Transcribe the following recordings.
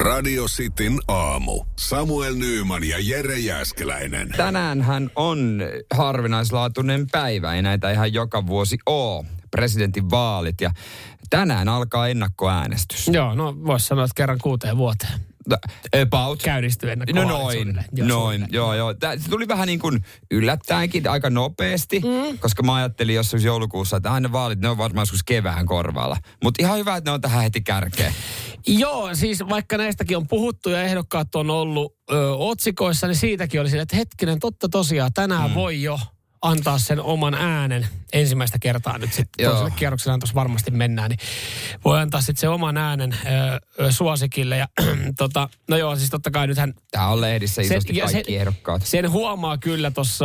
Radio Cityn aamu. Samuel Nyyman ja Jere Jääskeläinen. Tänäänhän on harvinaislaatuinen päivä, ei näitä ihan joka vuosi ole. Presidentin vaalit ja tänään alkaa ennakkoäänestys. Joo, no voisi sanoa, että kerran 6 vuoteen. About. Käynnistyy ennakkoäänestys. Joo. Se tuli vähän niin kuin yllättäenkin aika nopeasti, koska mä ajattelin, jos se olisi joulukuussa, että aina vaalit, ne on varmaan joskus kevään korvalla. Mutta ihan hyvä, että ne on tähän heti kärkeen. Joo, siis vaikka näistäkin on puhuttu ja ehdokkaat on ollut otsikoissa, niin siitäkin oli sille, että hetkinen, totta tosiaan, tänään voi jo antaa sen oman äänen ensimmäistä kertaa nyt sitten toiselle kierrokselle tuossa varmasti mennään, niin voi antaa sitten se oman äänen suosikille ja no joo, siis totta kai nythän tämä on lehdissä isosti kaikki ehdokkaat. Sen huomaa kyllä tuossa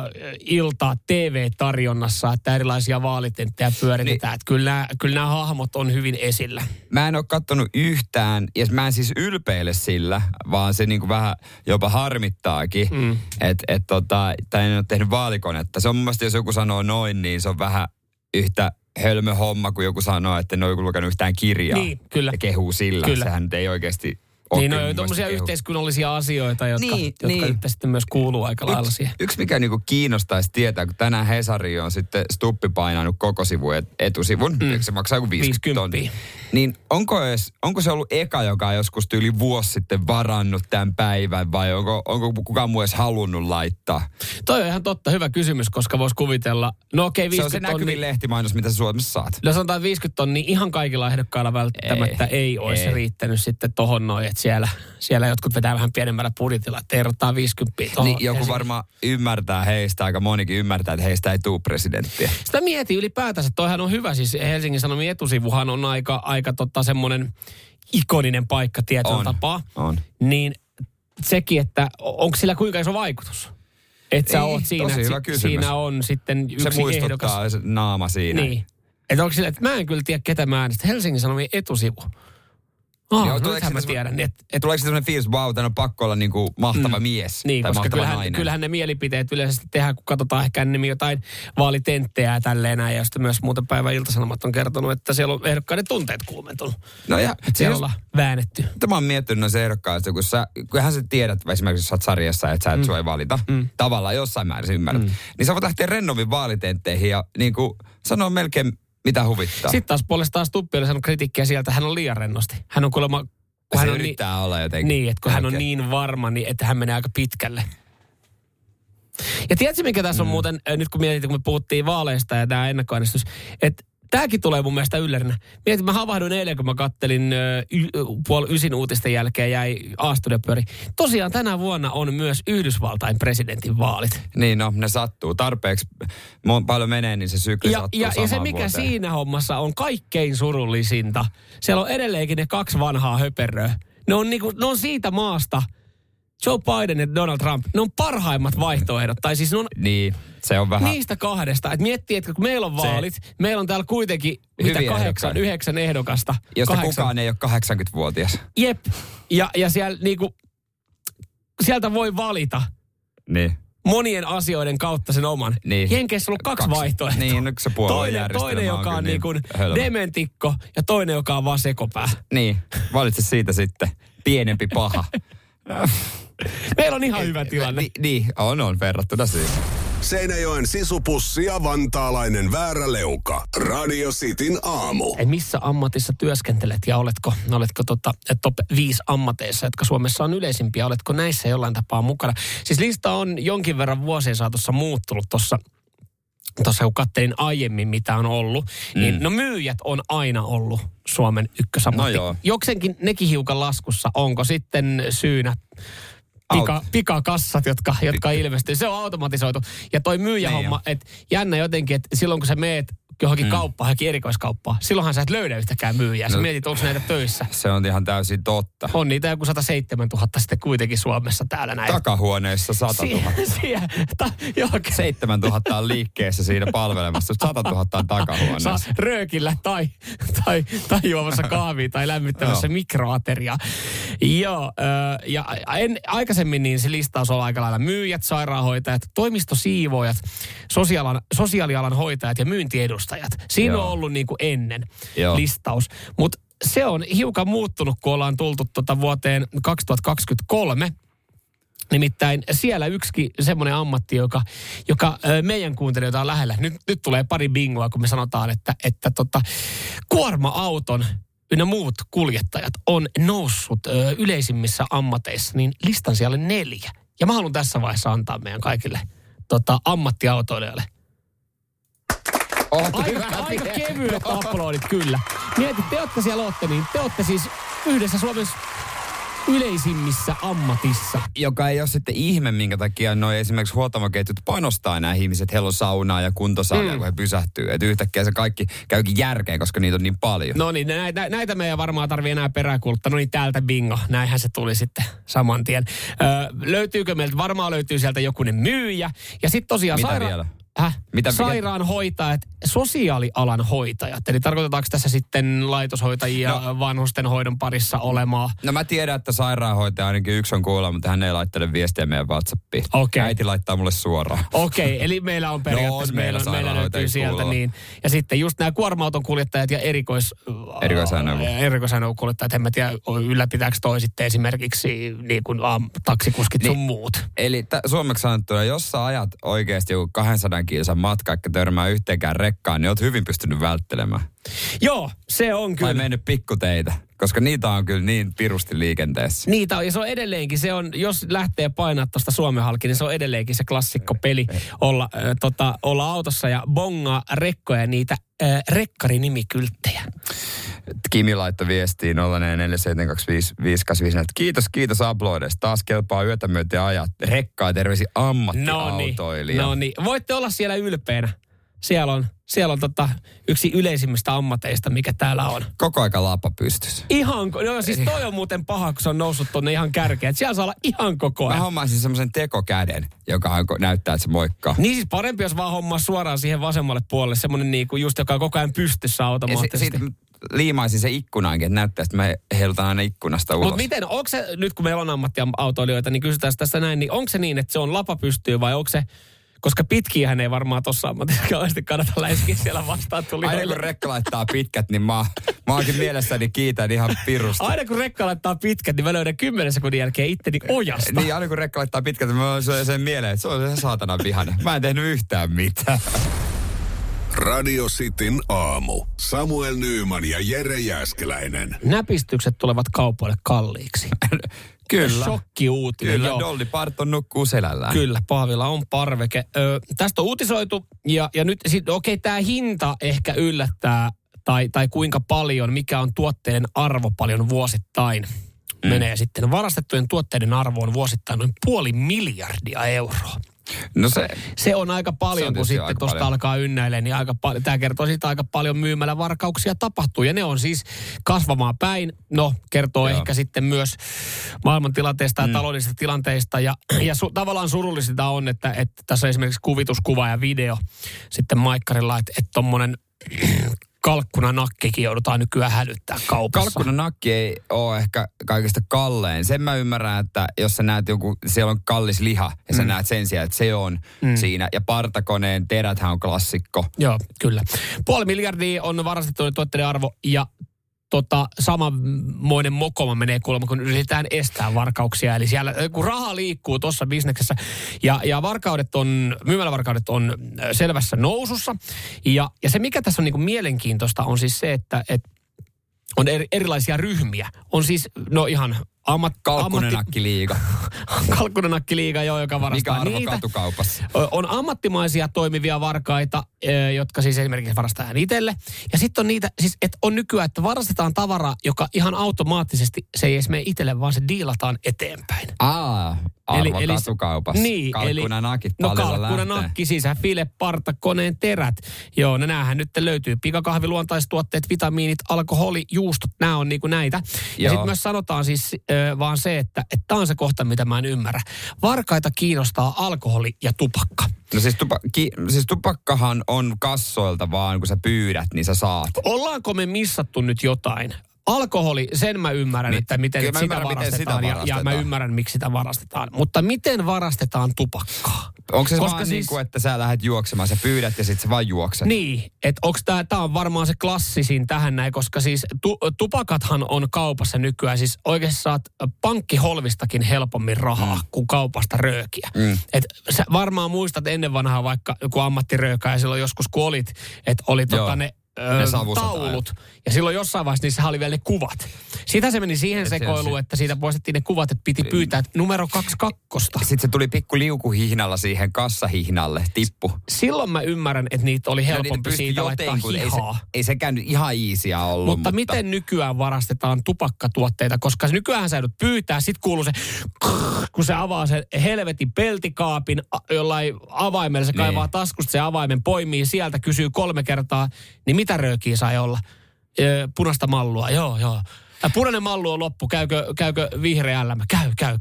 TV-tarjonnassa, että erilaisia vaalitenttejä pyöritetään, että kyllä nämä hahmot on hyvin esillä. Mä en ole katsonut yhtään, ja mä en siis ylpeile sillä, vaan se niinku vähän jopa harmittaakin, että en ole tehnyt vaalikonetta. Se on mun mielestä, jos joku sanoo noin, niin se on vähän yhtä hölmö homma, kun joku sanoo, että en ole lukenut yhtään kirjaa. Niin, kyllä. Ja kehuu sillä. Kyllä. Sehän nyt ei oikeasti ole. Niin, on tommosia yhteiskunnallisia asioita, jotka nyt sitten myös kuuluu aika lailla siihen. Yksi mikä niinku kiinnostaisi tietää, kun tänään Hesari on sitten Stuppi painanut koko sivun etusivun, se maksaa joku 50 tonnia. Niin onko se ollut eka, joka on joskus yli vuosi sitten varannut tämän päivän, vai onko kukaan muu edes halunnut laittaa? Toi on ihan totta, hyvä kysymys, koska voisi kuvitella, no okei, 50 tonnia. Se on se näkyvin lehtimainos, mitä sä Suomessa saat. No sanotaan 50 tonnia, ihan kaikilla ehdokkailla välttämättä ei olisi riittänyt sitten tohon noin, että siellä jotkut vetää vähän pienemmällä budjetilla, että erottaa 50 tohon. Niin joku varmaan ymmärtää heistä, aika monikin ymmärtää, että heistä ei tule presidenttiä. Sitä mietin ylipäätänsä, toihan on hyvä, siis Helsingin Sanomien etusivuhan on aika semmoinen ikoninen paikka tietyllä tapaa. On. Niin sekin, että onko sillä kuinka iso vaikutus? Että sä oot siinä, että siinä on sitten yksi ehdokas. Se muistuttaa naama siinä. Niin. Että onko sillä, että mä en kyllä tiedä ketä mä äänestän. Helsingin Sanomien etusivu. Nythän mä tiedän. Tuleeko se sellainen fiilis, wow, tämän on pakko olla niinku mahtava mies tai koska mahtava kyllähän ne mielipiteet yleisesti tehdään, kun katsotaan ehkä enemmän jotain vaalitenttejä ja tälleen näin. Ja sitten myös muuten päivän Ilta-Sanomat on kertonut, että siellä on ehdokkaiden tunteet kuumentunut. No ja siellä ollaan väännetty. Mä oon miettinyt noissa ehdokkaista, kyllähän sä tiedät, esimerkiksi jos sä oot sarjassa, että sä et sua ei valita. Tavallaan jossain määrin ymmärrät. Niin sä voit lähteä rennovin vaalitentteihin ja niinku sanoa melkein mitä huvittaa. Sitten taas puolestaan Stuppi oli saanut kritiikkiä sieltä, hän on liian rennosti. Hän on kuulemma... Se yrittää olla jotenkin. Niin, että kun hän on niin varma, niin että hän menee aika pitkälle. Ja tiedätkö, mikä tässä on muuten, nyt kun mietitään, kun me puhuttiin vaaleista ja tämä ennakkoäänestys, että tämäkin tulee mun mielestä yllärinä. Mietin, mä havahduin eilen, kun mä kattelin 8:30 uutisten jälkeen, jäi A-studio pyöri. Tosiaan tänä vuonna on myös Yhdysvaltain presidentin vaalit. Niin no, ne sattuu. Tarpeeksi paljon menee, niin se sykli sattuu samaan vuoteen. Ja se, mikä siinä hommassa on kaikkein surullisinta, siellä on edelleenkin ne 2 vanhaa höperöä. Ne on siitä maasta... Joe Biden ja Donald Trump, ne on parhaimmat vaihtoehdot. Tai siis ne on niin, se on vähän... niistä 2. Että miettii, että kun meillä on vaalit, meillä on täällä kuitenkin 8-9 ehdokasta. Josta 8. kukaan ei ole 80-vuotias. Jep. Ja siellä niinku, sieltä voi valita. Niin. Monien asioiden kautta sen oman. Niin. Jenkeissä on ollut 2 vaihtoehtoa. Niin, nyt se toinen joka on niin kuin dementikko ja toinen, joka on vaan sekopää. Niin, valitse siitä sitten. Pienempi paha. Meillä on ihan hyvä tilanne. Niin, on verrattuna siihen. Seinäjoen sisupussi ja vantaalainen vääräleuka. Radio Cityn aamu. Missä ammatissa työskentelet ja oletko top 5 ammateissa, jotka Suomessa on yleisimpiä? Oletko näissä jollain tapaa mukana? Siis lista on jonkin verran vuosien saatossa muuttunut tuossa kun katselin aiemmin, mitä on ollut, niin no myyjät on aina ollut Suomen ykkösammatti. No joksenkin nekin hiukan laskussa. Onko sitten syynä pikakassat, jotka ilmestyy? Se on automatisoitu. Ja toi myyjähomma, että jännä jotenkin, että silloin kun sä meet johonkin kauppaan, johonkin erikoiskauppaan, silloinhan sä et löydä yhtäkään myyjää. Sä mietit, onko näitä töissä. Se on ihan täysin totta. On niitä joku 107 000 sitten kuitenkin Suomessa täällä näin. Takahuoneessa 100 000. 7 000 on liikkeessä siinä palvelemassa. 100 000 on takahuoneessa. Röökillä tai juomassa kahvia tai lämmittämässä mikroateriaa. Joo, ja aikaisemmin niin se listaus on aika lailla myyjät, sairaanhoitajat, toimistosiivoojat, sosiaalialan hoitajat ja myyntiedustajat. Siinä on ollut niin kuin ennen listaus. Mutta se on hiukan muuttunut, kun ollaan tultu vuoteen 2023. Nimittäin siellä yksikin semmoinen ammatti, joka meidän kuuntelijoita on lähellä. Nyt tulee pari bingoa, kun me sanotaan, että kuorma-auton ynnä muut kuljettajat on noussut yleisimmissä ammateissa, niin listan siellä 4. Ja mä haluan tässä vaiheessa antaa meidän kaikille ammattiautoilijoille. Aika kevyet aplodit, kyllä. Mietit, te olette siellä ootte, niin te olette siis yhdessä Suomessa yleisimmissä ammatissa. Joka ei ole sitten ihme, minkä takia noi esimerkiksi huoltamoketjut panostaa nämä ihmiset. Heillä on saunaa ja kuntosalia, kun he pysähtyy. Että yhtäkkiä se kaikki käykin järkeen, koska niitä on niin paljon. No niin, näitä meidän varmaan tarvii enää peräkuluttaa. No niin, täältä bingo. Näinhän se tuli sitten saman tien. Löytyykö meiltä? Varmaan löytyy sieltä jokunen myyjä. Ja sitten tosiaan sairaanhoitajat, sosiaalialan hoitajat. Eli tarkoitetaanko tässä sitten laitoshoitajia vanhustenhoidon parissa olemaan? No mä tiedän, että sairaanhoitaja ainakin yksi on kuulla, mutta hän ei laittele viestiä meidän WhatsAppiin. Okay. Äiti laittaa mulle suoraan. Okei, eli meillä on periaatteessa, meillä löytyy sieltä niin. Ja sitten just nämä kuorma-auton kuljettajat ja erikoisajoneuvon kuljettajat, en mä tiedä, ylläpitääkö toi sitten esimerkiksi niin kuin taksikuskit sun muut. Eli suomeksi sanottuna, jos sä ajat oikeasti joku 200 kilsan matka, eikä törmää yhteenkään rekkaan, niin oot hyvin pystynyt välttelemään. Joo, se on kyllä. Tai mennyt pikkuteitä, koska niitä on kyllä niin pirusti liikenteessä. Niitä on, ja se on edelleenkin, jos lähtee painaa tuosta Suomen halki, niin se on edelleenkin se klassikko peli olla autossa ja bongaa rekkoja niitä rekkarinimikylttejä. Kimi laittoi viestiin 0447255854. Kiitos aplodeista. Taas kelpaa yötä myöten ajat. Rekkaa terveisiä ammattiautoilija. No niin, voitte olla siellä ylpeänä. Siellä on yksi yleisimmistä ammateista, mikä täällä on. Koko aika lapa pystyssä. Siis toi on muuten paha, kun se on noussut tonne ihan kärkeen. Siellä saa olla ihan koko ajan. Mä hommaisin semmoisen tekokäden, joka näyttää, että se moikkaa. Niin siis parempi, jos vaan hommaa suoraan siihen vasemmalle puolelle. Semmoinen niinku just, joka on koko ajan pystyssä automaattisesti. Liimaisin se ikkunaankin, että näyttää, että me heilutaan aina ikkunasta ulos. Mutta miten, onko se, nyt kun meillä on ammattiautoilijoita, niin kysytään tässä näin, niin onko se niin, että se on lapa pystyy vai onko se, koska pitkiähän ei varmaan tossa ammatissa kauheasti kannata läiskiä siellä vastaan tulijoille. Aina kun rekka laittaa pitkät, niin mä oonkin mielessäni kiitän ihan pirusta. Aina kun rekka laittaa pitkät, niin mä löydän 10 sekunnin jälkeen itteni ojasta. Niin, aina kun rekka laittaa pitkät, niin mä oon sen mieleen, että se on se saatana vihainen. Mä en tehnyt yhtään mitään. Radio Cityn aamu. Samuel Nyyman ja Jere Jääskeläinen. Näpistykset tulevat kaupoille kalliiksi. Kyllä. Shokkiuutinen. Kyllä, Dolly Parton nukkuu selällään. Kyllä, Paavilla on parveke. Tästä on uutisoitu ja nyt tämä hinta ehkä yllättää tai kuinka paljon, mikä on tuotteiden arvo paljon vuosittain. Menee sitten. Varastettujen tuotteiden arvo on vuosittain noin 500 miljardia euroa. No se on aika paljon, kun sitten tuosta alkaa ynnäilemään, niin aika paljon. Tämä kertoo siitä aika paljon myymälävarkauksia tapahtuu. Ja ne on siis kasvamaan päin. No, kertoo ehkä sitten myös maailmantilanteesta ja taloudellisista tilanteista. Ja tavallaan surullisinta on, että tässä on esimerkiksi kuvituskuva ja video sitten maikkarilla, että tommonen kalkkunanakkikin joudutaan nykyään hälyttää kaupassa. Kalkkunanakki ei ole ehkä kaikista kallein. Sen mä ymmärrän, että jos sä näet siellä on kallis liha ja sä näet sen sijaan, että se on siinä. Ja partakoneen teräthän on klassikko. Joo, kyllä. 500 miljardia on varastettujen tuotteiden arvo ja samanmoinen mokoma menee kuulemma, kun yritetään estää varkauksia. Eli siellä kun raha liikkuu tuossa bisneksessä ja myymälävarkaudet on selvässä nousussa. Ja se, mikä tässä on niin kuin mielenkiintoista, on siis se, että on erilaisia ryhmiä. On siis, ihan Kalkkunanakkiliiga. Kalkkunanakkiliiga, joka varastaa niitä. Mikä arvo katukaupassa? On ammattimaisia toimivia varkaita, jotka siis esimerkiksi varastaa itselle. Ja sitten on niitä, siis että on nykyään, että varastetaan tavaraa, joka ihan automaattisesti, se ei edes mene itselle, vaan se diilataan eteenpäin. Arvo katukaupassa. Niin, kalkkunanakit kalkkunanakki, siis file, parta, koneen terät. Joo, näähän nyt löytyy. Pikakahvi, luontaistuotteet, vitamiinit, alkoholi, juustot, nämä on niinku näitä. Ja sitten myös sanotaan siis vaan se, että tämä on se kohta, mitä mä en ymmärrä. Varkaita kiinnostaa alkoholi ja tupakka. No siis tupakkahan on kassoilta vaan, kun sä pyydät, niin sä saat. Ollaanko me missattu nyt jotain? Alkoholi, sen mä ymmärrän, että miten sitä varastetaan ja mä ymmärrän, miksi sitä varastetaan. Mutta miten varastetaan tupakkaa? Onko se vaan siis, niin kuin, että sä lähdet juoksemaan, sä pyydät ja sit sä vaan juokset? Niin, että onko tää on varmaan se klassisin tähän näin, koska siis tupakathan on kaupassa nykyään. Siis oikeasti saat pankkiholvistakin helpommin rahaa kuin kaupasta röökiä. Et sä varmaan muistat ennen vanhaa vaikka joku ammattiröökä ja silloin joskus kun olit, että oli ne taulut. Ja silloin jossain vaiheessa niissä oli vielä ne kuvat. Sitä se meni siihen sekoiluun, että siitä poistettiin ne kuvat, että piti pyytää että numero 22. Sitten se tuli pikku liukuhihnalla siihen kassahihnalle, tippu. Silloin mä ymmärrän, että niitä oli helpompi siitä laittaa hihaa. Ei sekään nyt ihan easiä ollut. Mutta miten nykyään varastetaan tupakkatuotteita? Koska nykyään sä joudut pyytää, sit kuuluu se, kun se avaa sen helvetin peltikaapin, jollain avaimella se kaivaa taskusta se avaimen, poimii sieltä, kysyy 3 kertaa, niin mitä röökiä sai olla? Punaista mallua, joo. Punainen mallu on loppu, käykö vihreä LM? Käy.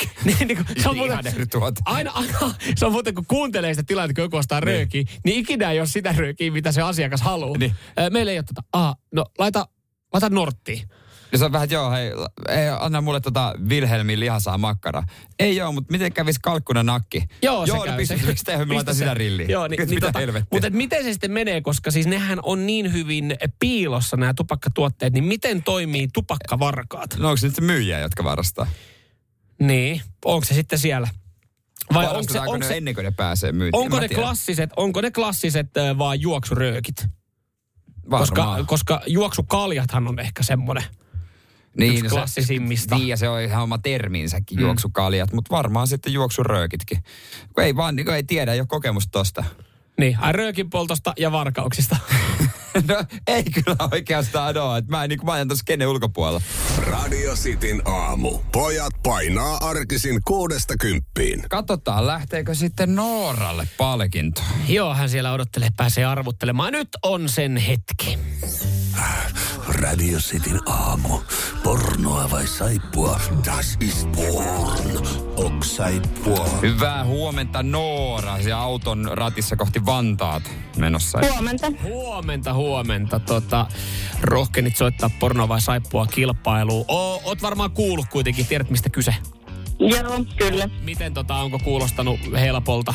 Se on muuten, aina, se on muuten, kun kuuntelee sitä tilannetta, kun joku ostaa röökiä, niin ikinä ei ole sitä röökiä, mitä se asiakas haluaa. Niin. Meillä ei ole laita Norttiin. Ja se on vähän, hei, anna mulle Wilhelmin lihasaa makkara. Ei mutta miten kävis kalkkuna nakki? Joo, se käy. Miksi te laita sitä rilliin? Joo, mutta miten se sitten menee, koska siis nehän on niin hyvin piilossa nämä tupakkatuotteet, niin miten toimii tupakkavarkaat? No onko se nyt se myyjiä, jotka varastaa? Niin, onko se sitten siellä? Vai onko se ennen kuin ne pääsee myyntiin? Onko ne klassiset vaan juoksuröökit? Varmaan. Koska juoksukaljathan on ehkä semmoinen. Niin, yksi klassisimmista. Niin, ja se on ihan oma terminsäkin, juoksukaljat, mutta varmaan sitten juoksuröökitkin. Ei vaan, niin ei tiedä, ei ole kokemusta tosta. Niin, röökin poltosta ja varkauksista. No, ei kyllä oikeastaan ole, että mä ajan tuossa kenen ulkopuolella. Radio Cityn aamu. Pojat painaa arkisin 6–10. Katsotaan, lähteekö sitten Nooralle palkinto. Joo, hän siellä odottelee, pääsee arvuttelemaan. Nyt on sen hetki. Radio Cityn aamu. Pornoa vai saippua? Das ist porn. Ok saippua. Hyvää huomenta Noora. Ja auton ratissa kohti Vantaat menossa. Huomenta. Rohkenit soittaa pornoa vai saippua kilpailuun. Oot varmaan kuullut kuitenkin. Tiedät mistä kyse? Joo, kyllä. Miten onko kuulostanut helpolta?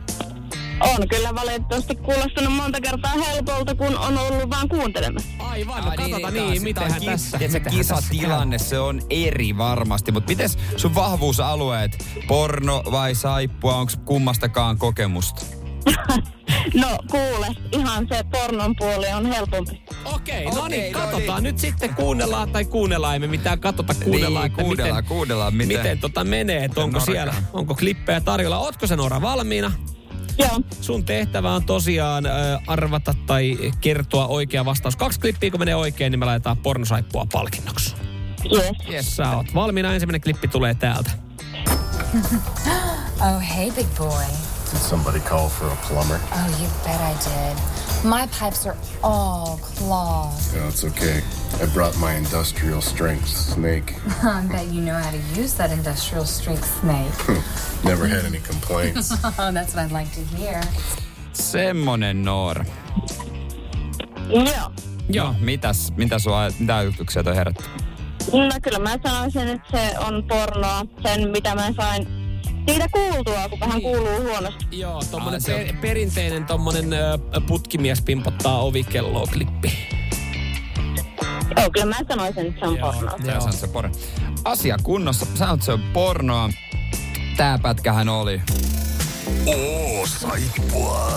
On kyllä valitettavasti kuulostanut monta kertaa helpolta, kun on ollut vaan kuuntelemassa. Aivan, no katsotaan niin, mitähän tässä. Se kisatilanne, se on eri varmasti, mutta mites sun vahvuusalueet, porno vai saippua, onko kummastakaan kokemusta? No kuule, ihan se pornon puoli on helpompi. Okei, katsotaan. Nyt sitten kuunnellaan, emme mitään kuunnellaan. Niin, kuunnellaan, miten menee, että onko siellä, onko klippejä tarjolla. Ootko se Noora valmiina? Joo. Sun tehtävä on tosiaan arvata tai kertoa oikea vastaus. 2 klippiä, kun menee oikein, niin me laitetaan pornosaippua palkinnoksi. Yes. Sä oot valmiina. Ensimmäinen klippi tulee täältä. Oh, hey, big boy. Did somebody call for a plumber? Oh, you bet I did. My pipes are all clogged. No, it's okay. I brought my industrial strength snake. I bet you know how to use that industrial strength snake. Never had any complaints. Oh, that's what I'd like to hear. Semmonen Noora. Joo. Mitä ajatuksia toi herätti? No kyllä mä sanoisin, että se on pornoa. Sen mitä mä sain siitä kuultua, kun vähän kuuluu huonosti. Joo, tommonen perinteinen tommonen putkimies pimpottaa ovikelloa -klippi. Joo, kyllä mä sanoisin, että se on pornoa. Joo, se porno. Asia kunnossa. Sanoit, se on pornoa. Tää pätkähän oli. Saippua.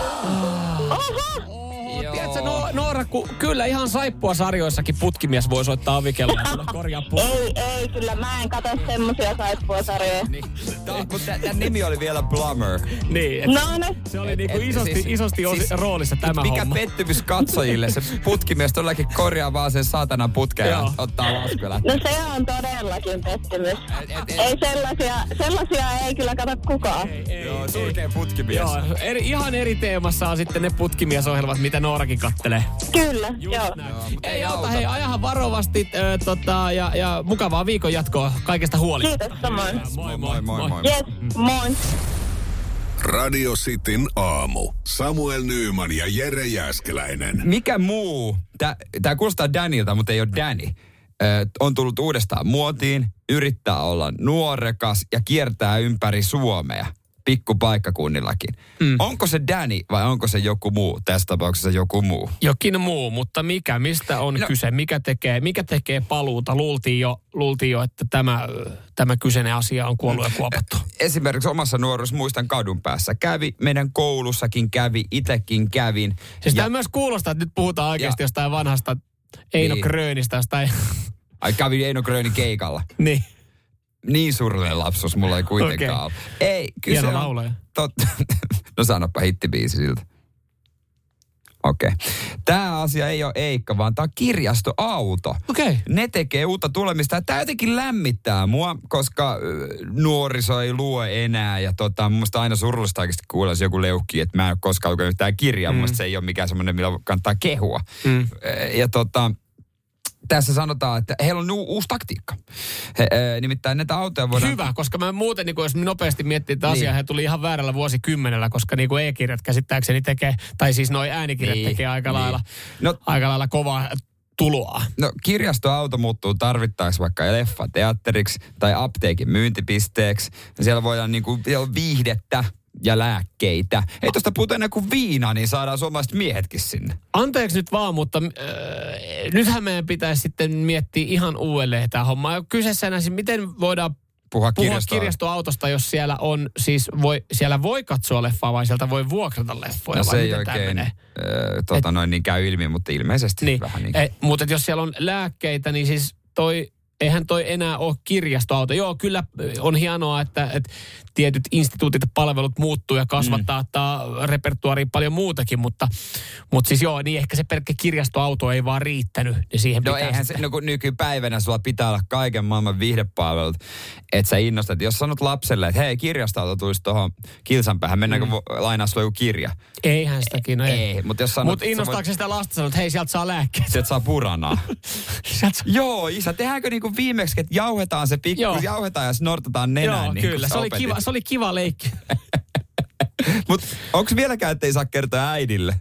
Tiedätkö, Noora, kyllä ihan saippua sarjoissakin putkimies voi soittaa ovikelloa ja korjaa Ei, kyllä mä en katso semmosia saippua sarjoja. Niin. Mutta tämän nimi oli vielä Plumber. Niin. Se oli niinku isosti roolissa tämä mikä homma. Mikä pettymys katsojille. Se putkimies todellakin korjaa vaan sen saatanan putkeen ja ottaa laskuja. No se on todellakin pettymys. Ei sellaisia ei kyllä kato kukaan. Joo, surkea putkimies. Joo, ihan eri teemassa on sitten ne putkimiesohjelmat, mitä Noorakin kattelee. Kyllä, joo. Ei auta, hei, ajahan varovasti ja mukavaa viikon jatkoa kaikesta huolimatta. Kiitos, samoin. Moi. Yes, moi. Radio Cityn aamu. Samuel Nyyman ja Jere Jääskeläinen. Mikä muu, tää kuulostaa Danilta, mutta ei ole Danny, on tullut uudestaan muotiin, yrittää olla nuorekas ja kiertää ympäri Suomea, pikkupaikkakunnillakin. Onko se Danny vai onko se joku muu? Tässä tapauksessa joku muu. Jokin muu, mutta mikä? Mistä on kyse? Mikä tekee paluuta? Luultiin jo, että tämä kyseinen asia on kuollut ja kuopattu. Esimerkiksi omassa nuoruudessa muistan kadun päässä kävi, meidän koulussakin kävi, itsekin kävin. Siis tämä myös kuulostaa, että nyt puhutaan oikeasti jostain vanhasta Eino Grönistä, jostain. Ai kävi Eino Grönin keikalla. Niin. Niin surullinen lapsuus mulla ei kuitenkaan ole. Ei, kyllä hieno laulaja. No sanoppa hittibiisi siltä. Okei. Tämä asia ei ole Eikka, vaan tämä on kirjastoauto. Okei. Ne tekee uutta tulemista. Tämä jotenkin lämmittää mua, koska nuoriso ei lue enää. Ja mun mielestä aina surullista oikeasti kuulla, jos joku leuhkii, että mä en ole koskaan lukenut tämä kirja. Mun mielestä se ei ole mikään semmoinen, millä kannattaa kehua. Ja tässä sanotaan, että heillä on uusi taktiikka. Nimittäin näitä autoja voidaan... Hyvä, koska mä muuten, niin jos nopeasti miettii tätä asiaa, he tuli ihan väärällä vuosikymmenellä, koska niin kuin e-kirjat käsittääkseni tekee, tai siis noi äänikirjat tekee aika lailla kovaa tuloa. No kirjastoauto muuttuu tarvittaessa vaikka leffateatteriksi tai apteekin myyntipisteeksi. Siellä voidaan siellä on viihdettä ja lääkkeitä. Ei tosta puhuta enää kuin viina, niin saadaan suomalaiset miehetkin sinne. Anteeksi nyt vaan, mutta nythän meidän pitäisi sitten miettiä ihan uudelleen tämä homma. Kyseessä enää, miten voidaan puhua kirjastoautosta, jos siellä on, siis siellä voi katsoa leffaa vai sieltä voi vuokrata leffoja? No se ei oikein niin käy ilmi, mutta ilmeisesti niin, vähän niin. Mutta jos siellä on lääkkeitä, niin siis eihän toi enää ole kirjastoauto. Joo, kyllä on hienoa, että tietyt instituutit ja palvelut muuttuu ja kasvattaa repertuariin paljon muutakin, mutta siis joo, niin ehkä se pelkkä kirjastoauto ei vaan riittänyt. Niin siihen kun nykypäivänä sulla pitää olla kaiken maailman viihdepalvelut, että sä innostat. Jos sanot lapselle, että hei, kirjastoauto tulisi tuohon kilsan päähän, mennäänkö lainaa sulla joku kirja? Eihän sitäkin, ei. Mutta innostaako se sitä lasta sanoa, että hei, sieltä saa lääkkeet? Sieltä saa puranaa. Joo, isä, tehdäänkö niinku viimeksi, että jauhetaan se jauhetaan ja snortataan nenään. Joo, niin kyllä. Se oli kiva leikki. Mutta onko vieläkään, että ei saa kertoa äidille?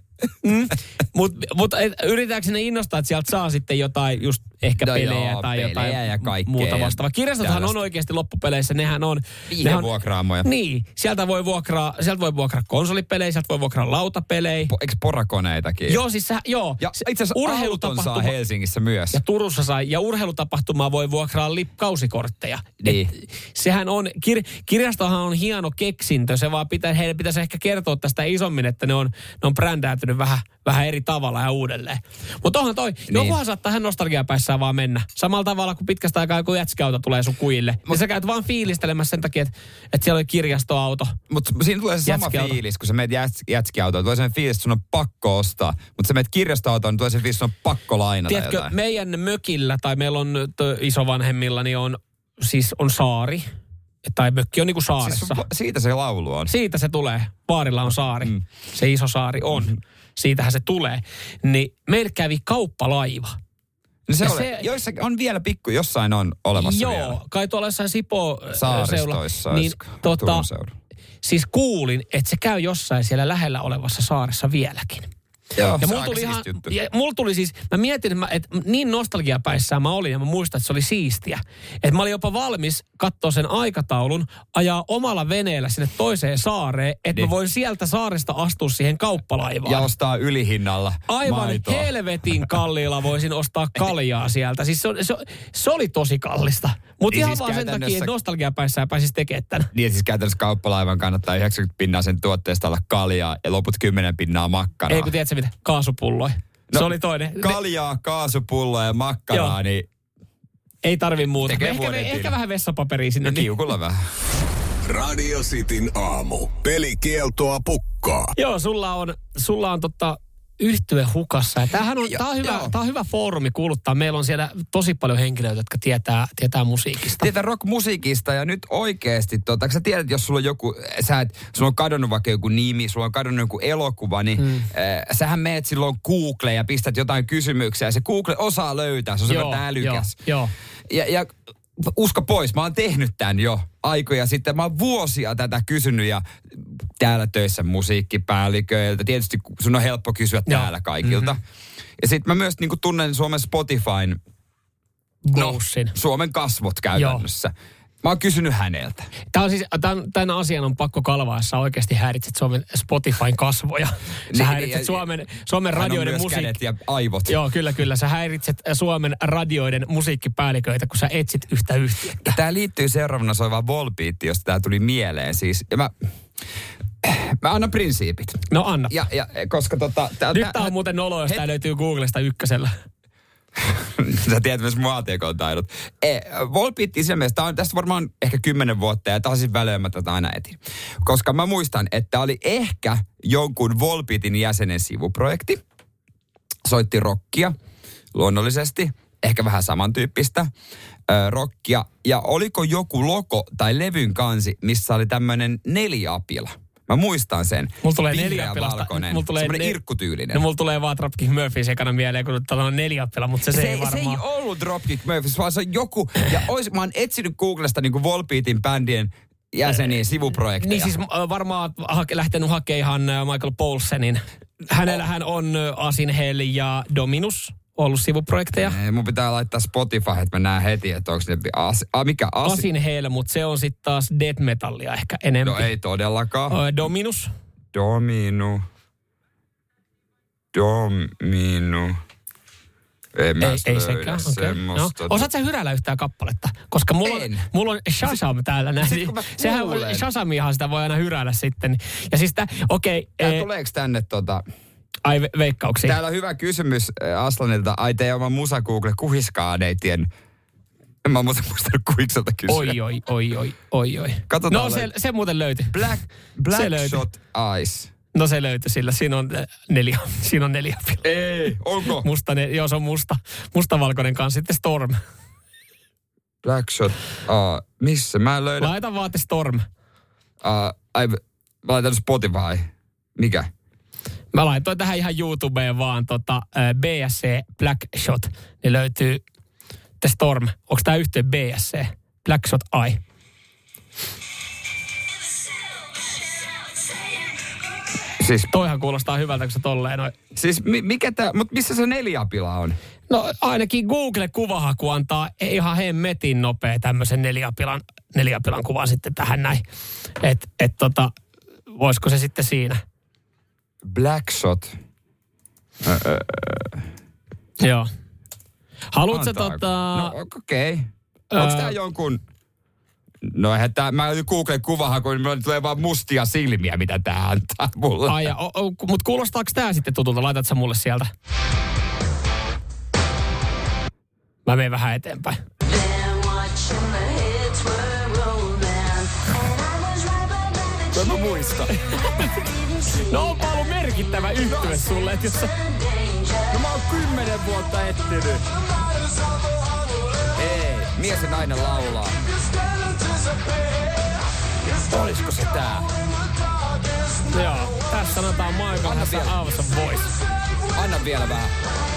Mutta yritetäänkö ne innostaa, että sieltä saa sitten jotain, just ehkä pelejä tai jotain ja muuta vastaavaa. Kirjastothan on oikeasti loppupeleissä, nehän on... Viihdevuokraamoja. Niin, sieltä voi vuokraa konsolipelejä, sieltä voi vuokraa lautapelejä. Eikö porakoneitakin? Joo, siis joo. Ja itse asiassa auton saa Helsingissä myös. Ja Turussa sai. Ja urheilutapahtumaa voi vuokraa kausikortteja. Niin. Sehän on, kirjastohan on hieno keksintö. Se vaan heidän pitäisi ehkä kertoa tästä isommin, että ne on brändäytynyt vähän eri tavalla ja uudelleen. Mutta onhan toi, jokuhan saattaa hän nostalgiapäissään vaan mennä. Samalla tavalla kuin pitkästä aikaa joku jätskiauto tulee sun kujille. Ja sä käyt vaan fiilistelemässä sen takia, että siellä oli kirjastoauto. Mutta siinä tulee se sama fiilis, kun sä menet jätskiautoon. Tulee sen fiilis, että sun on pakko ostaa. Mutta sä menet kirjastoautoon, niin tulee sen fiilis, että sun on pakko lainata. Tiedätkö, jotain. Meidän mökillä, tai meillä on isovanhemmilla, niin on saari. Tai mökki on niinku saaressa. Siis siitä se laulu on. Siitä se tulee. Vaarilla on saari. Se iso saari on. Siitähän se tulee. Niin meillä kävi kauppalaiva. No joissakin on vielä jossain on olemassa vielä. Joo, kai tuolla jossain Saaristoissa, niin, siis kuulin, että se käy jossain siellä lähellä olevassa saaressa vieläkin. Joo, ja mulla tuli siis, mä mietin, että niin nostalgiapäissään mä olin ja mä muistan, että se oli siistiä. Että mä olin jopa valmis katsoa sen aikataulun, ajaa omalla veneellä sinne toiseen saareen, että mä voin sieltä saaresta astua siihen kauppalaivaan. Ja ostaa ylihinnalla aivan maitoa. Helvetin kalliilla voisin ostaa kaljaa sieltä. Siis se oli tosi kallista. Mutta ihan siis vaan sen takia, että nostalgiapäissään pääsisi tekemään tämän. Niin siis käytännössä kauppalaivan kannattaa 90% sen tuotteesta olla kaljaa ja loput 10% makkaraa. Ei kun tiedätkö mitä? Kaasupulloja. No, se oli toinen. Kaljaa, kaasupulloa ja makkaraa, niin... Ei tarvi muuta. Ehkä vähän vessapaperia sinne. No kiukulla vähän. Radio Cityn aamu. Pelikieltoa pukkaa. Joo, sulla on yhtye hukassa. Ja tää on hyvä foorumi kuuluttaa. Meillä on siellä tosi paljon henkilöitä, jotka tietää musiikista. Tietää rock-musiikista ja nyt oikeesti, sä tiedät, jos sulla on joku, sulla on kadonnut vaikka joku nimi, sulla on kadonnut joku elokuva, niin sähän meet silloin Googleen ja pistät jotain kysymyksiä ja se Google osaa löytää, se on semmoinen älykäs. Joo. Ja usko pois, mä oon tehnyt tämän jo aikoja sitten. Mä oon vuosia tätä kysynyt ja täällä töissä musiikkipäälliköiltä. Tietysti sun on helppo kysyä täällä kaikilta. Ja sitten mä myös niin kuin tunnen Suomen Spotifyn Suomen kasvot käytännössä. Mä oon kysynyt häneltä. Tämän asian on pakko kalvaa, jos sä oikeasti häiritset Suomen Spotifyn kasvoja. Sä häiritset Suomen radioiden kädet ja aivot. Joo, kyllä. Sä häiritset Suomen radioiden musiikkipäälliköitä, kun sä etsit yhtä yhtiötä. Tää liittyy seuraavana soivaan Volbeatiin, josta tää tuli mieleen siis. Ja mä annan prinsiipit. No anna. Ja koska nyt tää on muuten noloa, jos tää löytyy Googlesta ykkösellä. Sä tiedät myös mua taidot. Volbeat siinä mielessä, tästä varmaan ehkä 10 vuotta ja taas välein mä tätä aina etin. Koska mä muistan, että oli ehkä jonkun Volbeatin jäsenen sivuprojekti. Soitti rockia luonnollisesti, ehkä vähän samantyyppistä rockia. Ja oliko joku logo tai levyn kansi, missä oli tämmönen 4-apila. Mä muistan sen. Mulla tulee vihreä, valkoinen, semmoinen irkkutyylinen. No mulla tulee vaan Dropkick Murphys ekana mieleen, kun täällä on 4-apila, mutta se ei varmaan. Se ei ollut Dropkick Murphys, vaan se on joku. Ja mä oon etsinyt Googlesta niinku Volbeatin bändien jäsenien sivuprojekteja. Niin siis varmaan lähtenyt hakemaan ihan Michael Poulsenin. Hänellähän on Asin Hell ja Dominus ollut sivuprojekteja. Mun pitää laittaa Spotify, että mä näen heti, että onko ne mikä Asin Hell, mutta se on sitten taas death metallia ehkä enemmän. No ei todellakaan. Dominus. Dominu. Ei sekään. Okay. No. Osaat sä hyräillä yhtään kappaletta? Koska mulla on Shazam täällä näin. Shazamiahan sitä voi aina hyräillä sitten. Ja siis tuleeko tänne Ai veikkauksia. Täällä on hyvä kysymys Aslanilta. Ai teidän oma musa Google kuhiskaan ei tien. En mä muistanut kuikselta kysyä. Oi. Katsotaan. No se muuten löytyi. Black Shot Eyes. No se löytyi sillä. Siinä on 4. Siinä on 4. Ei, onko? Joo, se on mustavalkoinen kanssa. Sitten Storm. Black Shot. Missä? Mä en löydä. Laita vaan Storm. Mä laitan Spotify. Mikä? Mä laitoin tähän ihan YouTubeen vaan BSC Black Shot. Niin löytyy The Storm. Onko tää yhteen BSC? Black Shot Eye. Siis toihan kuulostaa hyvältä, kun se tolleen noin. Siis mutta missä se 4-apila on? No ainakin Google-kuvahaku antaa ihan hemmetin nopea tämmöisen 4-apilan kuvan sitten tähän näin. Voisiko se sitten siinä? Black Shot. Joo. Haluatko No okei. Onko tää jonkun. No eihän tää. Mä Googlen kuvahaku, niin mulla tulee vaan mustia silmiä, mitä tää antaa mulle. Ai mut kuulostaako tää sitten tutulta? Laitat sä mulle sieltä? Mä menen vähän eteenpäin. Mä muistan. No onpa ollut merkittävä yhtye sulle, että jos sä... No mä oon 10 vuotta etsinyt. Ei, mies ja nainen laulaa. Olisiko se tää? Joo, tässä sanotaan Michael has an awesome voice. Anna vielä vähän.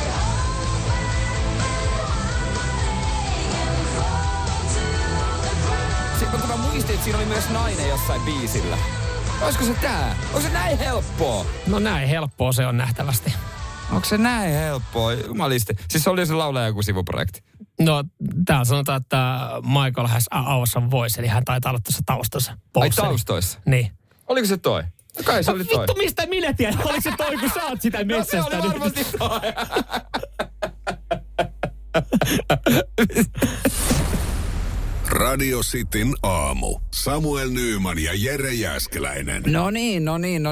Sitten kun mä muistin, että siinä oli myös nainen jossain biisillä. Olisiko se tää? Onko se näin helppoa? No näin helppoa se on nähtävästi. Onko se näin helppoa? Jumalisti. Siis se oli se laulaja joku sivuprojekti. No täällä sanotaan, että Michael has an awesome voice, eli hän taitaa olla tuossa taustassa. Ai taustoissa? Niin. Oliko se toi? No kai se oli toi. Vittu, mistä minä tiedän? Oliko se toi, kun sä oot sitä metsästä? No se oli varmasti toi. Radio Cityn aamu. Samuel Nyyman ja Jere Jääskeläinen. No niin.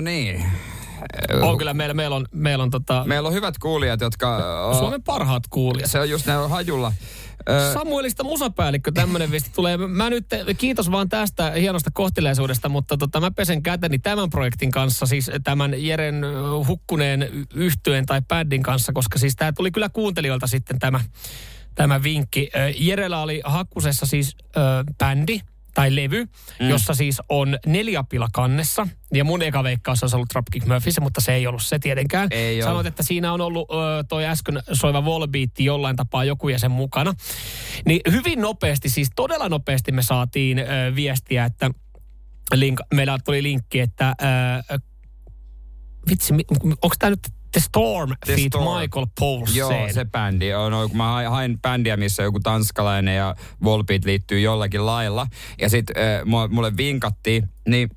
On kyllä, meillä on Meillä on hyvät kuulijat, jotka... Suomen parhaat kuulijat. Se on just näin hajulla. Samuelista musapäällikkö, tämmönen viesti tulee. Mä nyt, kiitos vaan tästä hienosta kohteliaisuudesta, mutta mä pesen käteni tämän projektin kanssa, siis tämän Jeren hukkuneen yhtyeen tai bändin kanssa, koska siis tää tuli kyllä kuuntelijoilta sitten tämä vinkki. Jerellä oli hakusessa siis bändi tai levy, jossa siis on 4 apila kannessa. Ja mun eka veikkaus olisi ollut Dropkick Murphys, mutta se ei ollut se tietenkään. Sanoit, että siinä on ollut toi äsken soiva Volbeat jollain tapaa joku jäsen mukana. Niin hyvin nopeasti, siis todella nopeasti me saatiin viestiä, että meillä tuli linkki, että vitsi, onko tämä nyt The Storm feat. Michael Poulsen? Joo, se bändi. Kun mä hain bändiä, missä joku tanskalainen ja Volbeat liittyy jollakin lailla. Ja sit mulle vinkattiin, niin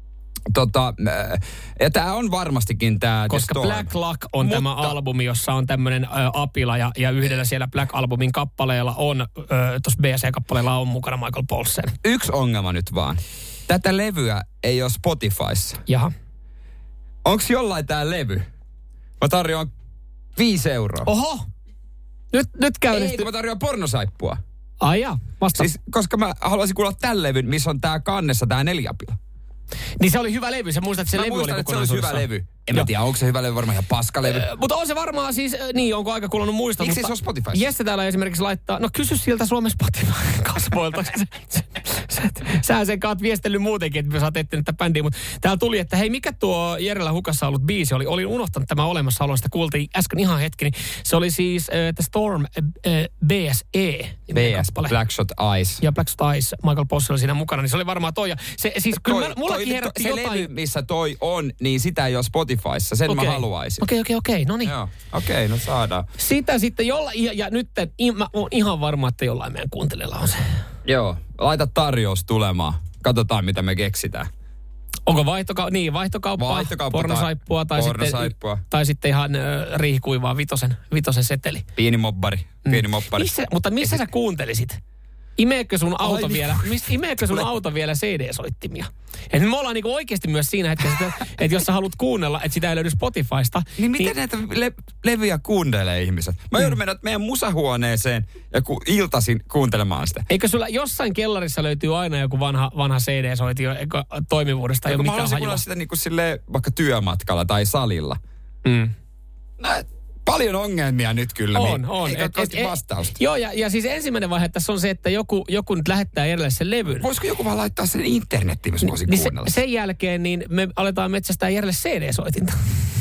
ja tää on varmastikin tää koska The Storm. Black Luck on tämä albumi, jossa on tämmönen apila ja yhdellä siellä Black Albumin kappaleella on, tuossa BC-kappaleella on mukana Michael Poulsen. Yksi ongelma nyt vaan. Tätä levyä ei ole Spotifyssa. Jaha. Onks jollain tää levy? Mä tarjoan 5 €. Oho! Nyt käynnistyy. Ei, mä tarjoan pornosaippua. Ai jaa, vasta. Siis, koska mä haluaisin kuulla tämän levyn, missä on tää kannessa tää 4 apila. Niin se oli hyvä levy. Sä muistat, että se levy oli kokonaisuudessaan. Että se olisi hyvä levy. En mä tiedä, onko se hyvä levy, varmaan ihan paskalevy. Mutta on se varmaan siis, niin onko aika kulunut muistaa. Miksi se on Spotifyssa? Jesse täällä esimerkiksi laittaa, no kysy siltä Suomen Spotify-kasvoilta. Sähän sen kaat viestellyt muutenkin, että me saat etsinyt tätä bändiä. Mutta täällä tuli, että hei, mikä tuo Jerellä hukassa ollut biisi oli? Olin unohtanut tämä olemassaolo, sitä kuultiin äsken ihan hetki. Niin se oli siis The Storm BSE. BS, Black Shot Eyes. Ja Black Shot Eyes, Michael Poulsen oli siinä mukana, niin se oli varmaan toi. Ja se, siis kyllä mullakin herätti se jotain. Se levy, missä toi on, niin sitä ei ole Spotifyssa. Sen mä haluaisin. Okei, no niin. Okei, no saadaan. Sitä sitten ja nyt mä oon ihan varma, että jollain meidän kuuntelijalla on se. Joo, laita tarjous tulemaan. Katsotaan, mitä me keksitään. Onko vaihtokauppaa, pornosaippua tai sitten ihan riihikuivaa vitosen seteli. Pieni mobbari. Mutta missä sä kuuntelisit? Imeekö sun auto vielä CD-soittimia? Et me ollaan niinku oikeasti myös siinä hetkessä, että jos sä haluat kuunnella, että sitä ei löydy Spotifysta. Niin miten näitä levyjä kuuntelee ihmiset? Mä joudun mennä meidän musahuoneeseen ja iltaisin kuuntelemaan sitä. Eikö sulla jossain kellarissa löytyy aina joku vanha CD-soiti, joka toimivuudesta ei ole mikään hajua? Mä haluaisin kuulla sitä niinku silleen vaikka työmatkalla tai salilla. Paljon ongelmia nyt kyllä. On. Ei vastausta. Joo, ja siis ensimmäinen vaihe tässä on se, että joku nyt lähettää Jerelle sen levyn. Voisiko joku vaan laittaa sen internettiin, jos voisin kuunnella? Sen jälkeen niin me aletaan metsästää Jerelle CD-soitinta.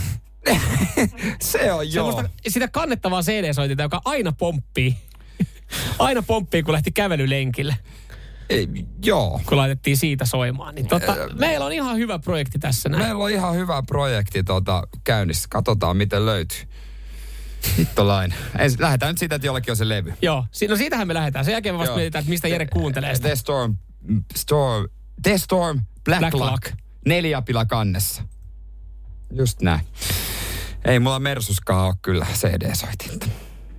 Se on joo. Sitä kannettavaa CD-soitinta, joka aina pomppii. Kun lähti kävelylenkille. Joo. Kun laitettiin siitä soimaan. Niin meillä on ihan hyvä projekti tässä näin. Meillä on ihan hyvä projekti käynnissä. Katsotaan, miten löytyy. Hittolainen. Lähdetään nyt siitä, että jollakin on se levy. Joo, no siitähän me lähdetään. Sen jälkeen me vasta mietitään, että mistä Jere kuuntelee sitä. The Storm, Black Luck. 4 apila kannessa. Just näin. Ei mulla Mersuskaan ole kyllä CD-soitinta.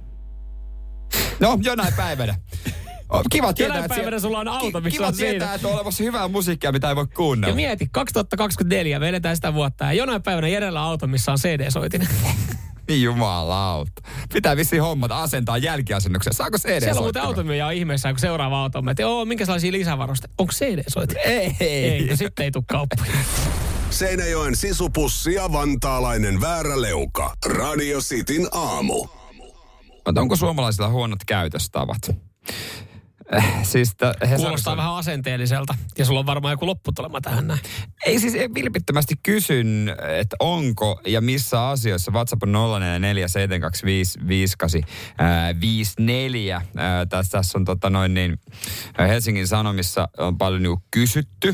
No, jonain päivänä. Kiva tietää, jonain päivänä sulla on auto, missä on siinä. Kiva tietää, että on olemassa hyvää musiikkia, mitä ei voi kuunnella. Ja mieti, 2024, me eletään sitä vuotta. Ja jonain päivänä Jerellä auto, missä on CD-soitin. Niin jumalauta. Pitää vissiin hommata, asentaa jälkiasennuksen. Saako CD-soittimen? Siellä on muuten automyyjä on ihmeessä, kun seuraava auto on, että minkälaisia lisävarusteita? Onko CD-soitin? Ei. No sitten ei tule kauppoja. Seinäjoen sisupussi ja vantaalainen vääräleuka. Radio Cityn aamu. Onko suomalaisilla huonot käytöstavat? Siis kuulostaa vähän asenteelliselta. Ja sulla on varmaan joku lopputulema tähän näin. Ei siis vilpittömästi kysyn, että onko ja missä asioissa. WhatsApp on 044 Tässä on Helsingin Sanomissa on paljon niinku kysytty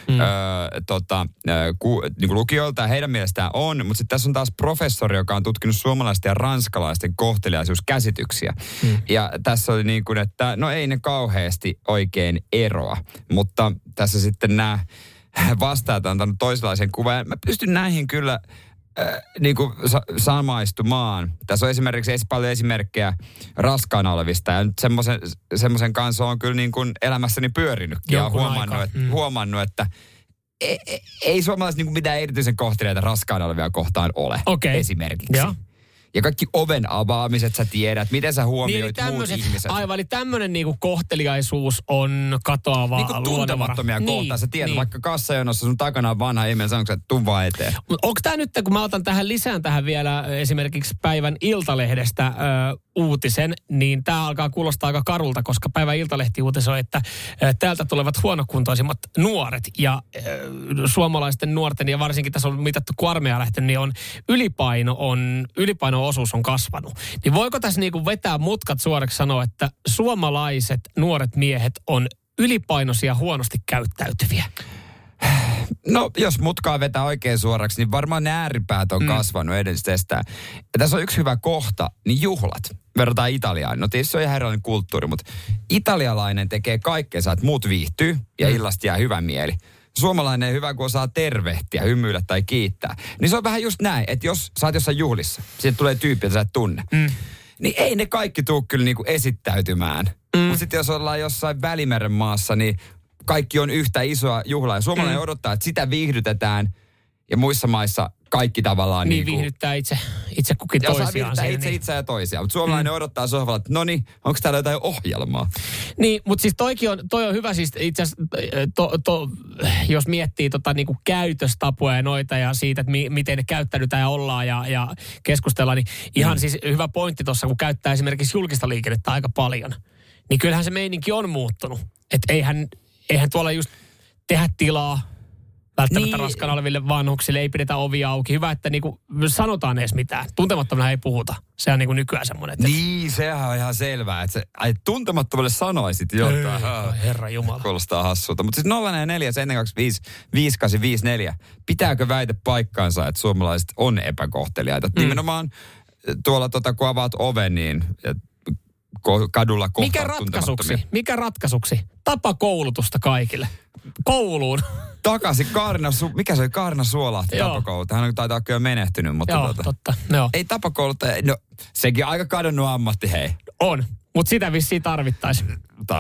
niinku lukijoilta ja heidän mielestään on. Mutta sitten tässä on taas professori, joka on tutkinut suomalaisten ja ranskalaisten kohteliaisuuskäsityksiä. Ja tässä oli niin kuin, että no ei ne kauheasti oikein eroa. Mutta tässä sitten nämä vastaajat on antanut toisenlaisen kuvan. Mä pystyn näihin kyllä samaistumaan. Tässä on esimerkiksi paljon esimerkkejä raskaana olevista. Ja nyt semmoisen kanssa on kyllä niin kuin elämässäni pyörinytkin. Ja huomannut, että ei suomalaiset niin kuin mitään erityisen kohteliaita raskaana olevia kohtaan ole esimerkiksi. Ja. Ja kaikki oven avaamiset sä tiedät, miten sä huomioit muut ihmiset. Aivan, eli tämmöinen niinku kohteliaisuus on katoavaa niinku tuntemattomia kohtaa. Sä tiedät, vaikka kassajonossa sun takana on vanha ihminen, sanoo, että tuu vaan eteen. Onko tämä nyt, kun mä otan lisään tähän vielä esimerkiksi päivän Iltalehdestä uutisen, niin tämä alkaa kuulostaa aika karulta, koska päivän Iltalehti uutisoi, että täältä tulevat huonokuntoisimmat nuoret ja suomalaisten nuorten, ja varsinkin tässä on mitattu, kun armeija lähtenyt, niin ylipaino-osuus on kasvanut. Niin voiko tässä niinku vetää mutkat suoraksi sanoa, että suomalaiset nuoret miehet on ylipainoisia, huonosti käyttäytyviä? No, jos mutkaa vetää oikein suoraksi, niin varmaan ne ääripäät on kasvanut edellisestään. Ja tässä on yksi hyvä kohta, niin juhlat. Verrataan Italiaan. No tietysti se on ihan erilainen kulttuuri, mutta italialainen tekee kaikkeensa, että muut viihtyy ja illasta jää hyvä mieli. Suomalainen hyvä, kun osaa tervehtiä, hymyillä tai kiittää. Niin se on vähän just näin, että jos sä oot jossain juhlissa, sieltä tulee tyyppi, jota sä et tunne, niin ei ne kaikki tuu kyllä niinku esittäytymään. Mutta sitten jos ollaan jossain Välimeren maassa, niin kaikki on yhtä isoa juhlaa. Ja suomalainen odottaa, että sitä viihdytetään ja muissa maissa kaikki tavallaan niin viihdyttää itse kukin toisiaan. Itse ja toisiaan. Mutta suomalainen odottaa sohvalla, että no niin, onko täällä jotain ohjelmaa? Niin, mutta siis toi on hyvä siis itse asiassa, jos miettii niinku käytöstapoja ja noita ja siitä, että miten käyttäydytään ja ollaan ja keskustellaan, niin ihan siis hyvä pointti tuossa, kun käyttää esimerkiksi julkista liikennettä aika paljon. Niin kyllähän se meininki on muuttunut. Että eihän tuolla just tehdä tilaa välttämättä raskaana oleville vanhuksille, ei pidetä ovia auki. Hyvä, että niinku sanotaan edes mitään. Tuntemattomana ei puhuta. Se on niinku nykyään semmoinen. Niin, sehän on ihan selvää. Että tuntemattomalle sanoisit jotain. Herra Jumala. Kuulostaa hassulta. Mutta siis 044 5854. Pitääkö väite paikkaansa, että suomalaiset on epäkohteliaita? Nimenomaan tuolla kun avaat oven, niin kadulla kohtaa tuntemattomia. Mikä ratkaisuksi? Tapa koulutusta kaikille. Kouluun. Takaisin mikä se oli? Kaarina Suolahti tapakouluta. Hän taitaa kyllä menehtynyt, mutta joo, totta. Joo. Ei tapakouluta. No, sekin aika kadonnut ammatti, hei. On, mutta sitä vissiin tarvittaisiin.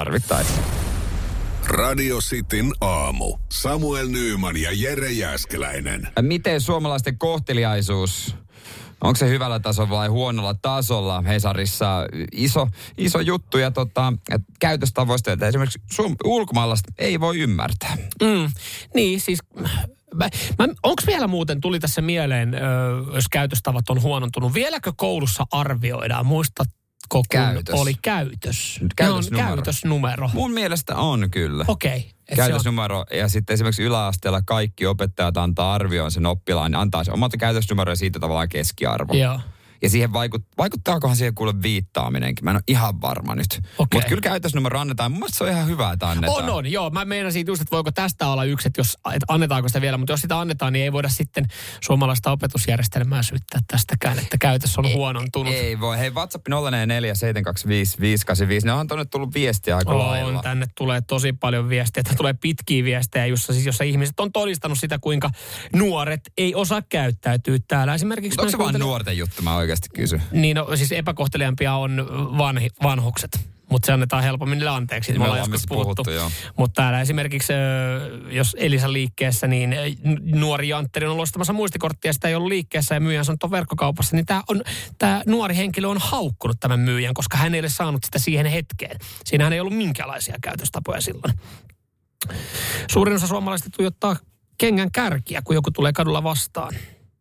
Radio Cityn aamu. Samuel Nyyman ja Jere Jääskeläinen. Miten suomalaisten kohteliaisuus, onko se hyvällä tasolla vai huonolla tasolla? Hesarissa iso juttu ja käytöstavoista, että esimerkiksi ulkomaalaista ei voi ymmärtää. Niin, siis onko vielä muuten, tuli tässä mieleen, jos käytöstavat on huonontunut, vieläkö koulussa arvioidaan? Muistatko, kun oli käytösnumero? Mun mielestä on kyllä. Okei. Käytösnumero ja sitten esimerkiksi yläasteella kaikki opettajat antaa arvioon sen oppilaan, niin antaa se omat käytösnumero ja siitä tavallaan keskiarvo. Joo. Ja siihen vaikuttaakohan siihen kuule viittaaminenkin. Mä en ole ihan varma nyt. Okay. Mutta kyllä käytösnumero annetaan. Mun mielestä se on ihan hyvä, että annetaan. On, joo. Mä meinasin just, että voiko tästä olla yksi, että annetaanko sitä vielä. Mutta jos sitä annetaan, niin ei voida sitten suomalaista opetusjärjestelmää syyttää tästäkään, että käytös on huonontunut. Ei voi. Hei, WhatsApp 044 ne on tuonne tullut viestiä aika lailla. Tänne tulee tosi paljon viestiä. Että tulee pitkiä viestejä, jossa ihmiset on todistanut sitä, kuinka nuoret ei osaa käyttäytyä täällä. Esimerkiksi onko se vaan nuorten juttu, mä oikeasti kysyn? Niin, no siis epäkohteliaampia on vanhukset. Mutta se annetaan helpommin niille anteeksi. Me ollaan joskus puhuttu. Mutta täällä esimerkiksi, jos Elisan liikkeessä, niin nuori Jantteri on ostamassa muistikorttia, sitä ei ollut liikkeessä ja myyjän sanoo verkkokaupassa, niin tämä nuori henkilö on haukkunut tämän myyjän, koska hän ei ole saanut sitä siihen hetkeen. Siinähän ei ollut minkäänlaisia käytöstapoja silloin. Suurin osa suomalaisista tuijottaa kengän kärkiä, kun joku tulee kadulla vastaan.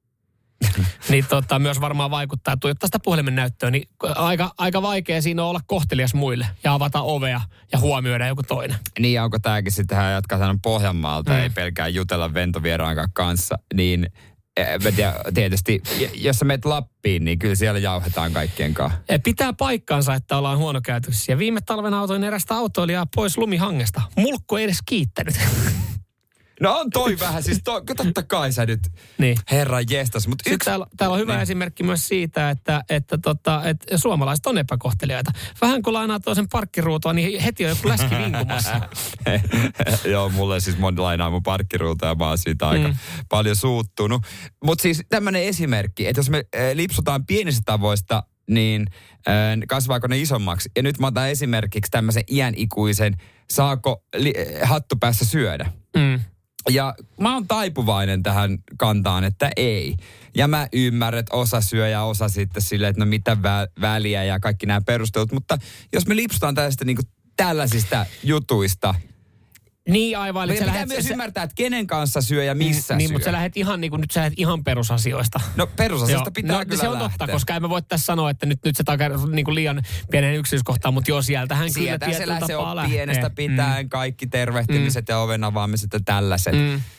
Niin myös varmaan vaikuttaa. Tuijottaa sitä puhelimen näyttöön, niin aika vaikea siinä on olla kohtelias muille ja avata ovea ja huomioida joku toinen. Niin, onko tämäkin sitten, hän jatkaa sanon Pohjanmaalta, ei pelkää jutella ventovieraan kanssa, niin tietysti, jos sä menet Lappiin, niin kyllä siellä jauhetaan kaikkien kanssa. Pitää paikkansa, että ollaan huonokäytöksiä. Viime talven autoin erästä autoilijaa pois lumihangesta. Mulkku ei edes kiittänyt. No on toi vähän, siis totta kai sä nyt, niin. Herran jestas. Mut täällä on hyvä esimerkki myös siitä, että suomalaiset on epäkohtelijoita. Vähän kun lainaa toisen parkkiruutua, niin heti on joku läski vinkumassa. Joo, mulle siis moni lainaa mun parkkiruutua ja mä oon siitä aika paljon suuttunut. Mutta siis tämmönen esimerkki, että jos me lipsutaan pienistä tavoista, niin kasvaako ne isommaksi? Ja nyt mä otan esimerkiksi tämmöisen iänikuisen, saako hattu päässä syödä? Ja mä oon taipuvainen tähän kantaan, että ei. Ja mä ymmärrän, että osa syö ja osa sitten silleen, että no mitä väliä ja kaikki nämä perustelut. Mutta jos me lipsutaan tällaista niin kuin tällaisista jutuista. Niin aivan. Eli pitää myös ymmärtää, että kenen kanssa syö ja missä syö. Niin, mutta sä lähdet ihan, niin kuin, nyt sä lähdet ihan perusasioista. No perusasioista pitää kyllä se on lähteä. totta, koska emme voi tässä sanoa, että nyt se takaa niin kuin liian pienen yksityiskohtaan, mutta joo, sieltähän kyllä tietyllä tapaa lähtee. Pienestä pitäen kaikki tervehtimiset ja oven avaamiset ja tällaiset.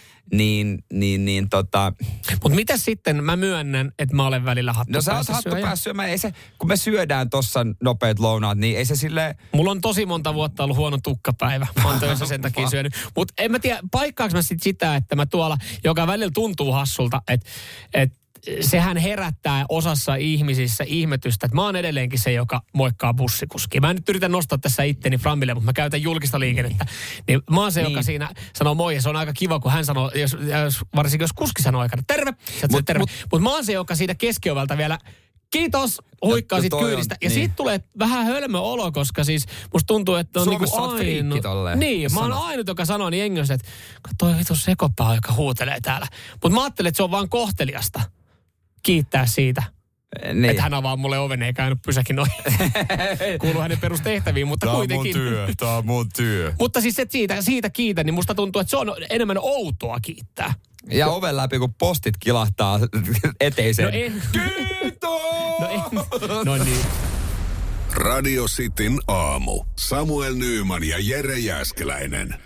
Mutta mitä sitten, mä myönnän, että mä olen välillä hattupäässä syöjä. No sä oot hattupäässä syömään. Ei se, kun me syödään tossa nopeat lounaat, niin ei se silleen... Mulla on tosi monta vuotta ollut huono tukkapäivä. Mä oon töissä sen takia syönyt. Mutta en mä tiedä, paikkaanko mä sitä, että mä tuolla, joka välillä tuntuu hassulta, että sehän herättää osassa ihmisissä ihmetystä, että mä oon edelleenkin se, joka moikkaa bussikuskia. Mä en nyt yritä nostaa tässä itteni framille, mutta mä käytän julkista liikennettä. Niin mä oon se, joka siinä sanoo moi, ja se on aika kiva, kun hän sanoo, varsinkin jos kuski sanoo aikana, terve, Mutta mä oon se, joka siitä keskiovelta vielä, kiitos, huikkaa siitä kyydistä. Ja siitä tulee vähän hölmö olo, koska siis musta tuntuu, että on Suomessa niinku ainut. Niin, mä oon ainut, joka sanoo niin englanniksi, että toi vitu sekopää, joka huutelee täällä. Mutta mä ajattelen, että se on vaan kohteliasta kiittää siitä. Niin. Että hän avaa mulle oven, ei käynyt pysäkin noin. Kuuluu hänen perustehtäviin, mutta kuitenkin. Tää on mun työ. Mutta siis että siitä kiitän, niin musta tuntuu, että se on enemmän outoa kiittää. Ja oven läpi, kun postit kilahtaa eteiseen. No en. Kiitos! No niin. Radio Cityn aamu. Samuel Nyyman ja Jere Jääskeläinen.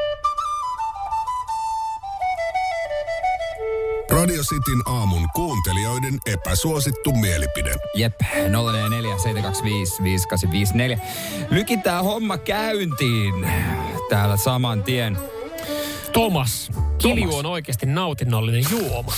Radio Cityn aamun kuuntelijoiden epäsuosittu mielipide. Jep, 044-725-5854. Lykitään homma käyntiin täällä saman tien. Thomas. Kilju on oikeasti nautinnollinen juoma.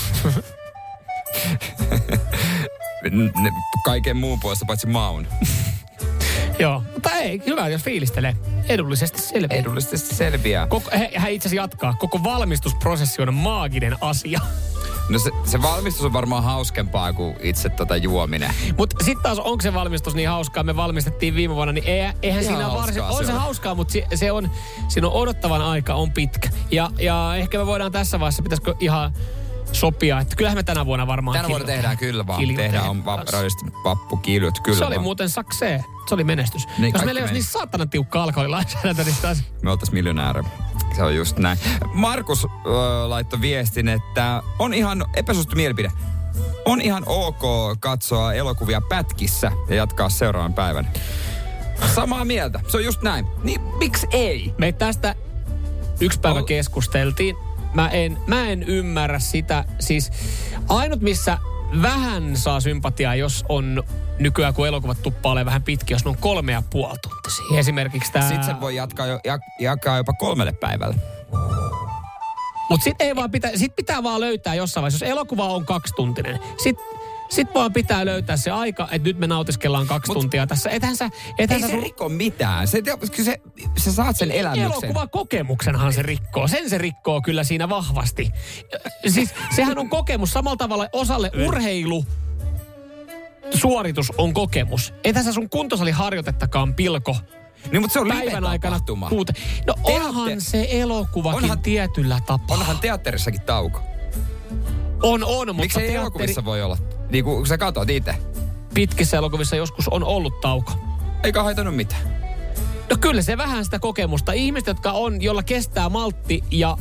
Kaiken muun puolesta paitsi maun. Joo, mutta ei, hyvä jos fiilistelee. Edullisesti selviää. Hän itse asiassa jatkaa. Koko valmistusprosessi on maaginen asia. No se valmistus on varmaan hauskempaa kuin itse juominen. Mutta sitten taas, onko se valmistus niin hauskaa? Me valmistettiin viime vuonna, niin eihän siinä on se hauskaa, mutta siinä on odottavan aika on pitkä. Ja ehkä me voidaan tässä vaiheessa, pitäisikö ihan sopia, että kyllähän me tänä vuonna varmaan tänä vuonna tehdään kyllä vaan. Tehdään vappukiilyt kyllä. Se oli muuten saksee. Se oli menestys. Niin, jos meillä ei olisi niin saatana tiukka alkoholilainsäädäntö, niin taas... Me oltaisiin miljonääri. Se on just näin. Markus laittoi viestin, että on ihan epäsuosittu mielipide. On ihan ok katsoa elokuvia pätkissä ja jatkaa seuraavan päivän. Samaa mieltä. Se on just näin. Niin miksi ei? Me tästä yksi päivä keskusteltiin. Mä en ymmärrä sitä. Siis ainut missä vähän saa sympatiaa, jos on nykyään kun elokuvat tuppailee vähän pitkin, jos ne on 3,5 tuntisia. Esimerkiksi tää... Sitten se voi jakaa jopa 3 päivällä. Mutta sit pitää vaan löytää jossain vaiheessa. Jos elokuva on 2-tuntinen, sit vaan pitää löytää se aika, että nyt me nautiskellaan 2 tuntia tässä. Ei se rikko mitään. Sä saat sen elämyksen. Elokuvakokemuksenhan se rikkoo. Se rikkoo kyllä siinä vahvasti. Siis sehän on kokemus samalla tavalla osalle urheilu. Suoritus on kokemus. Ei tässä sun kuntosaliharjoitettakaan pilko. Niin, mutta se on päivän aikana kuute. No onhan se elokuvakin tietyllä tapaa. Onhan teatterissakin tauko. On, mutta miksei elokuvissa voi olla? Niin kuin sä katsot itse. Pitkissä elokuvissa joskus on ollut tauko. Eikä haitannut mitään. No kyllä se vähän sitä kokemusta. Ihmiset, jolla kestää maltti ja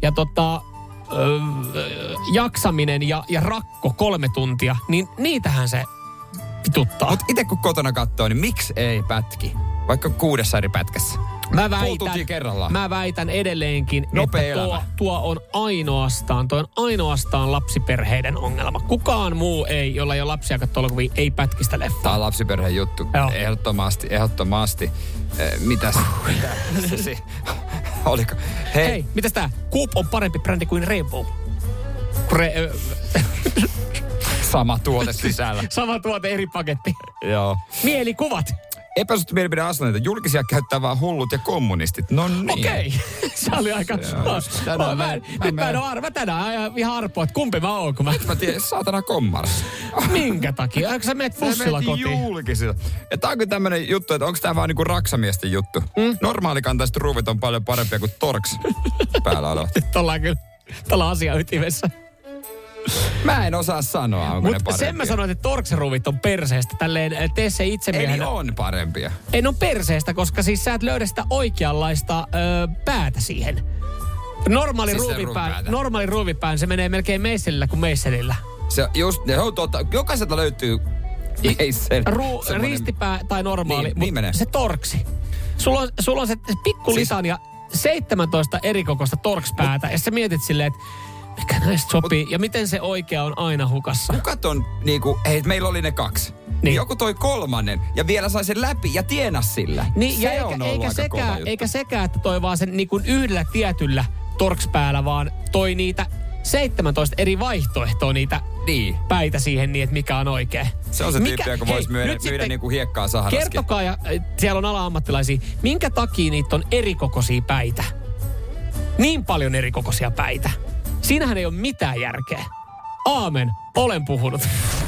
jaksaminen ja rakko 3 tuntia, niin niitähän se vituttaa. Mutta itse kun kotona katsoo, niin miksi ei pätki? Vaikka 6 eri pätkässä. Mä väitän edelleenkin, nopea että elämä. tuo on ainoastaan lapsiperheiden ongelma. Kukaan muu ei, jolla ei ole lapsia katsoa, ei pätkistä leffaa. Tämä on lapsiperheen juttu. Joo. Ehdottomasti. Mitäs? Oliko? Hei, mitäs tää? Coop on parempi brändi kuin Rainbow. Sama tuote sisällä. Sama tuote, eri paketti. Joo. Mielikuvat. Epäsuosittu mielipide Aslanilta. Julkisia käyttää vaan hullut ja kommunistit. No niin. Okei. Se oli aika... Mä tänään ihan arpoa, että kumpi mä oon, kun mä tiedän, saatana kommars. Minkä takia? Eikö sä meet bussilla kotiin? Julkisilla. Ja tää on kyllä tämmönen juttu, että onko tää vaan niinku raksamiesten juttu. Normaalikantaiset ruuvit on paljon parempia kuin torks päällä olot. Nyt ollaan kyllä tällä asian ytimessä. Mä en osaa sanoa, onko ne parempia. Sen mä sanoin, että torkseruvit on perseestä. Tälleen tee se itsemiehenä. Eli on parempia. Ei ne on perseestä, koska siis sä et löydä sitä oikeanlaista päätä siihen. Normaali ruuvipään, se menee melkein meisselillä kuin meisselillä. Se on totta. Jokaiselta löytyy meisseli. Ristipää tai normaali, niin menee. Se torksi. Sulla on se pikku lisania 17 eri kokoista torkspäätä ja sä mietit silleen, että mikä näistä sopii ja miten se oikea on aina hukassa. Hukat on niinku, hei meillä oli ne 2. Niin. Joku toi 3. ja vielä sai sen läpi ja tienas sillä. Niin, ja eikä sekään, että toi vaan sen niinku yhdellä tietyllä torkspäällä, vaan toi niitä 17 eri vaihtoehtoa niitä päitä siihen niin, että mikä on oikea. Se on se tyyppi, joka voisi myydä niinku hiekkaa saharaskin. Kertokaa, ja siellä on ala-ammattilaisia, minkä takia niitä on erikokoisia päitä? Niin paljon erikokoisia päitä. Siinähän ei ole mitään järkeä. Aamen, olen puhunut.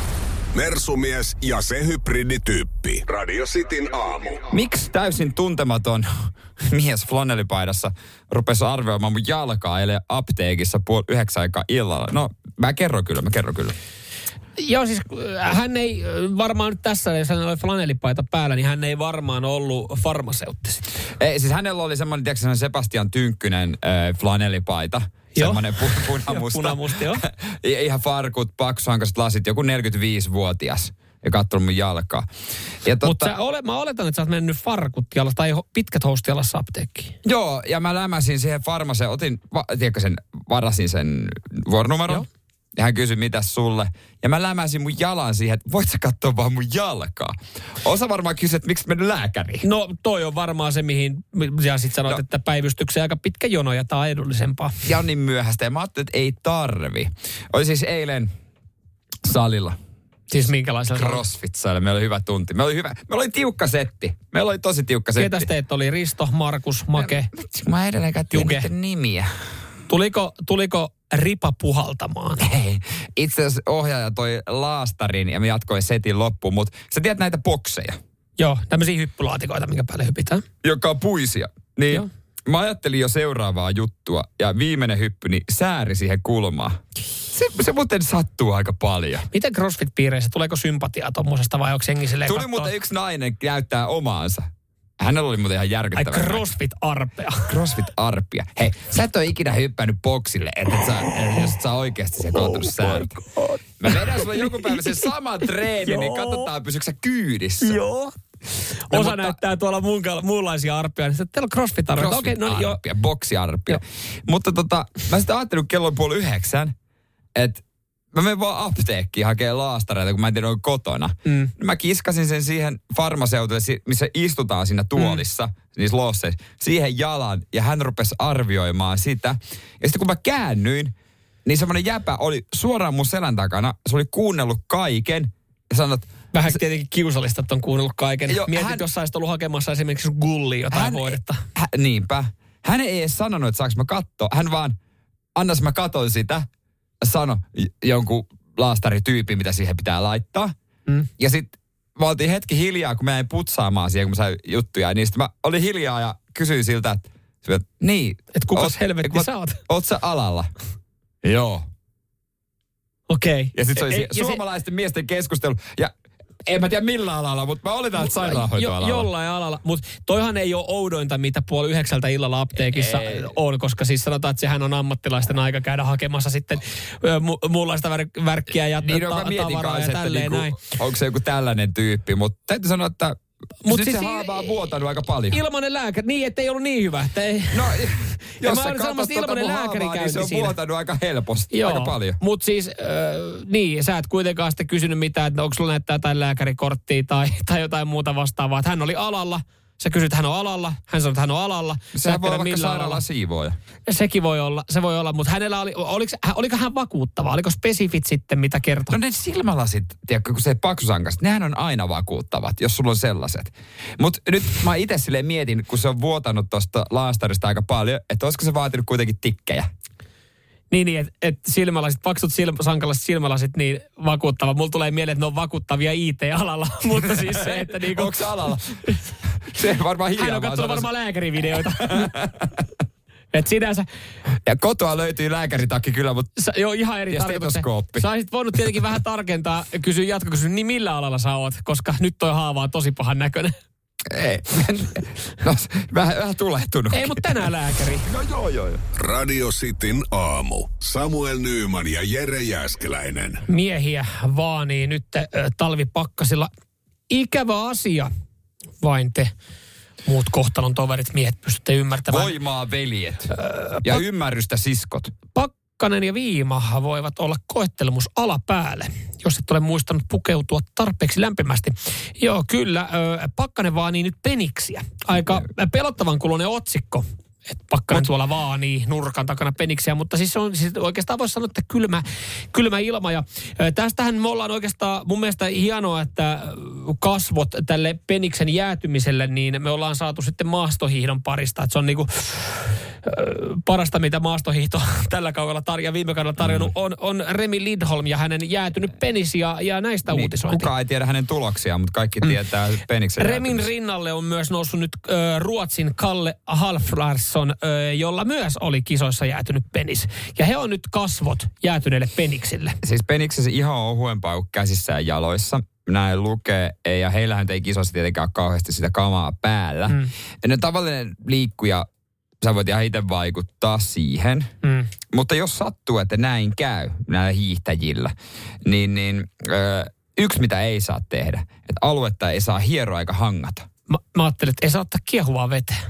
Mersumies ja se hybridityyppi. Radio Cityn aamu. Miksi täysin tuntematon mies flanellipaidassa rupesi arvioimaan mun jalkaa eilen apteekissa 8:30 aikaa illalla? No, mä kerron kyllä. Joo, siis hän ei varmaan nyt tässä, jos hän oli flanellipaita päällä, niin hän ei varmaan ollut farmaseutti sitten. Ei, siis hänellä oli semmoinen, tiedätkö, Sebastian Tynkkynen flanellipaita. Semmoinen punamusta. Joo. Ihan farkut, paksuhankaiset lasit, joku 45-vuotias. Ja katsonut mun jalkaa. Mutta mä oletan, että sä oot mennyt farkut jalassa tai pitkät housut jalassa apteekkiin. Joo, ja mä lämäsin siihen farmaseen, varasin sen vuoronumeron. Joo. Ja hän kysyi, mitäs sulle? Ja mä lämäsin mun jalan siihen, että voit sä katsoa vaan mun jalkaa? Osa varmaan kysyi, että miksi mennyt lääkäriin? No toi on varmaan se, mihin, ja sit sanoit, että päivystykseen aika pitkä jono ja tää on edullisempaa. Ja niin myöhäistä, ja mä ajattelin, että ei tarvi. Oli siis eilen salilla. Siis minkälaisella? CrossFit-salilla. Meillä oli hyvä tunti. Meillä oli tiukka setti. Meillä oli tosi tiukka setti. Ketäs teitä oli? Risto, Markus, Make? Mä edelleenkään tiedän niiden nimiä. Tuliko ripa puhaltamaan? Ei. Itse asiassa ohjaaja toi laastarin ja me jatkoin setin loppuun, mutta sä tiedät näitä bokseja. Joo, tämmöisiä hyppylaatikoita, minkä päälle hypitään. Joka on puisia. Niin joo. Mä ajattelin jo seuraavaa juttua ja viimeinen hyppy, niin sääri siihen kulmaan. Se muuten sattuu aika paljon. Miten CrossFit-piireissä, tuleeko sympatiaa tommosesta vai onko jengi silleen Tuli muuten yksi nainen näyttää omaansa. Hänellä oli muuten ihan järkyttävä. Ai CrossFit-arpea. CrossFit-arpia. Hei, sä et ole ikinä hyppännyt boksille, jos et sä oikeasti sen koottanut säältä. Mä vedän sulle joku päivä sen saman treenin, niin katsotaan pysyykö sä kyydissä. Joo. Osa näyttää tuolla muunlaisia arpia, niin teillä on CrossFit-arpia. CrossFit-arpia, boksiarpia. Mutta mä sitten ajattelin, kello on 8:30, että mä menen vaan apteekkiin hakemaan laastareita, kun mä en tiedä, on kotona. Mä kiskasin sen siihen farmaseutille, missä istutaan siinä tuolissa, niissä losseissa, siihen jalan, ja hän rupesi arvioimaan sitä. Ja sitten kun mä käännyin, niin semmoinen jäpä oli suoraan mun selän takana, se oli kuunnellut kaiken, ja sanoi, vähän tietenkin kiusallista, että on kuunnellut kaiken. Mietit, jos sä olisit ollut hakemassa esimerkiksi gullia jotain voidetta. Niinpä. Hän ei edes sanonut, että saanko mä katsoa. Hän vaan, annas mä katon sitä, sano jonkun laastarityypin, mitä siihen pitää laittaa. Ja sitten mä oltiin hetki hiljaa, kun mä jäin putsaamaan siihen, kun mä sain juttuja. Niin sitten mä olin hiljaa ja kysyin siltä, että niin. Että kukas helvetti sä oot? Oot sä alalla? Joo. Okei. Okay. Ja sitten se oli suomalaisten miesten keskustelu. Ja en mä tiedä millä alalla, mutta mä oletan, että sairaanhoitoalalla. Jollain alalla. Mutta toihan ei ole oudointa, mitä 8:30 illalla apteekissa on, koska siis sanotaan, että sehän on ammattilaisten aika käydä hakemassa sitten muunlaista värkkiä ja tavaraa ja tälleen näin. Onko se joku tällainen tyyppi, mutta täytyy sanoa, että Mutta siis se haava on vuotanut aika paljon. Ilmanen lääkäri, niin ettei ollut niin hyvä. No, jos sä katsot ilmanen haavaa, niin se on vuotanut aika helposti, aika paljon. Mutta siis, niin, sä et kuitenkaan sitten kysynyt mitään, että onko sulla näyttää jotain lääkärikorttia tai jotain muuta vastaavaa. Että hän oli alalla, Sä kysyt, hän on alalla. Hän sanoo, että hän on alalla. Sehän voi olla vaikka sairaalan siivooja. Sekin voi olla. Se voi olla, mutta hänellä oliko hän vakuuttava? Oliko spesifit sitten, mitä kertoo? No ne silmälasit, tiedätkö, kun se paksusankas, nehän on aina vakuuttavat, jos sulla on sellaiset. Mutta nyt mä itse silleen mietin, kun se on vuotanut tuosta laastarista aika paljon, että olisiko se vaatinut kuitenkin tikkejä? Niin, että silmälasit, paksut sankalaiset silmälasit, niin vakuuttava. Mulla tulee mieleen, että ne on vakuuttavia IT-alalla, mutta siis se, että niinku... Onko se alalla? Se varmaan hiljaa. Hän on katsonut varmaan lääkärivideoita. Et sinänsä... Ja kotoa löytyy lääkäritakki kyllä, mutta... Joo, ihan eri tarkoitus. Sä olisit voinut tietenkin vähän tarkentaa, kysyä jatkokysymys, niin millä alalla sä oot? Koska nyt toi haava on tosi pahan näköinen. Ei, no vähän tulehtunut. Ei, mutta tänään lääkäri. No joo. Radio Cityn aamu. Samuel Nyyman ja Jere Jääskeläinen. Miehiä vaanii nyt talvipakkasilla. Ikävä asia. Vain te muut kohtalon toverit miehet pystytte ymmärtämään. Voimaa veljet. Ja ymmärrystä siskot. Pakkanen ja viima voivat olla koettelemus alapäälle, jos et ole muistanut pukeutua tarpeeksi lämpimästi. Joo, kyllä. Pakkanen vaanii nyt peniksiä. Aika pelottavan kuloinen otsikko. Että Pakkanen tuolla vaanii nurkan takana peniksiä, mutta siis on siis oikeastaan voisi sanoa, että kylmä ilma. Ja tästähän me ollaan oikeastaan mun mielestä hienoa, että kasvot tälle peniksen jäätymiselle, niin me ollaan saatu sitten maastohiihdon parista. Että se on niinku parasta, mitä maastohiihto tällä kaudella ja viime kaudella tarjonnut, on Remi Lindholm ja hänen jäätynyt penis ja näistä niin, uutisointia. Kukaan ei tiedä hänen tuloksiaan, mutta kaikki tietää peniksen Remin rinnalle on myös noussut nyt Ruotsin Kalle Halflarsson, jolla myös oli kisoissa jäätynyt penis. Ja he on nyt kasvot jäätyneille peniksille. Siis peniksessä ihan ohuempaa kuin käsissä ja jaloissa. Näin lukee, ja heillähän ei kisoissa tietenkään ole kauheasti sitä kamaa päällä. Ja tavallinen liikkuja, sä voit ihan itse vaikuttaa siihen. Mutta jos sattuu, että näin käy näillä hiihtäjillä, niin yksi mitä ei saa tehdä, että aluetta ei saa hieroa eikä hangata. Mä ajattelin, että ei saa ottaa kiehuvaa veteen.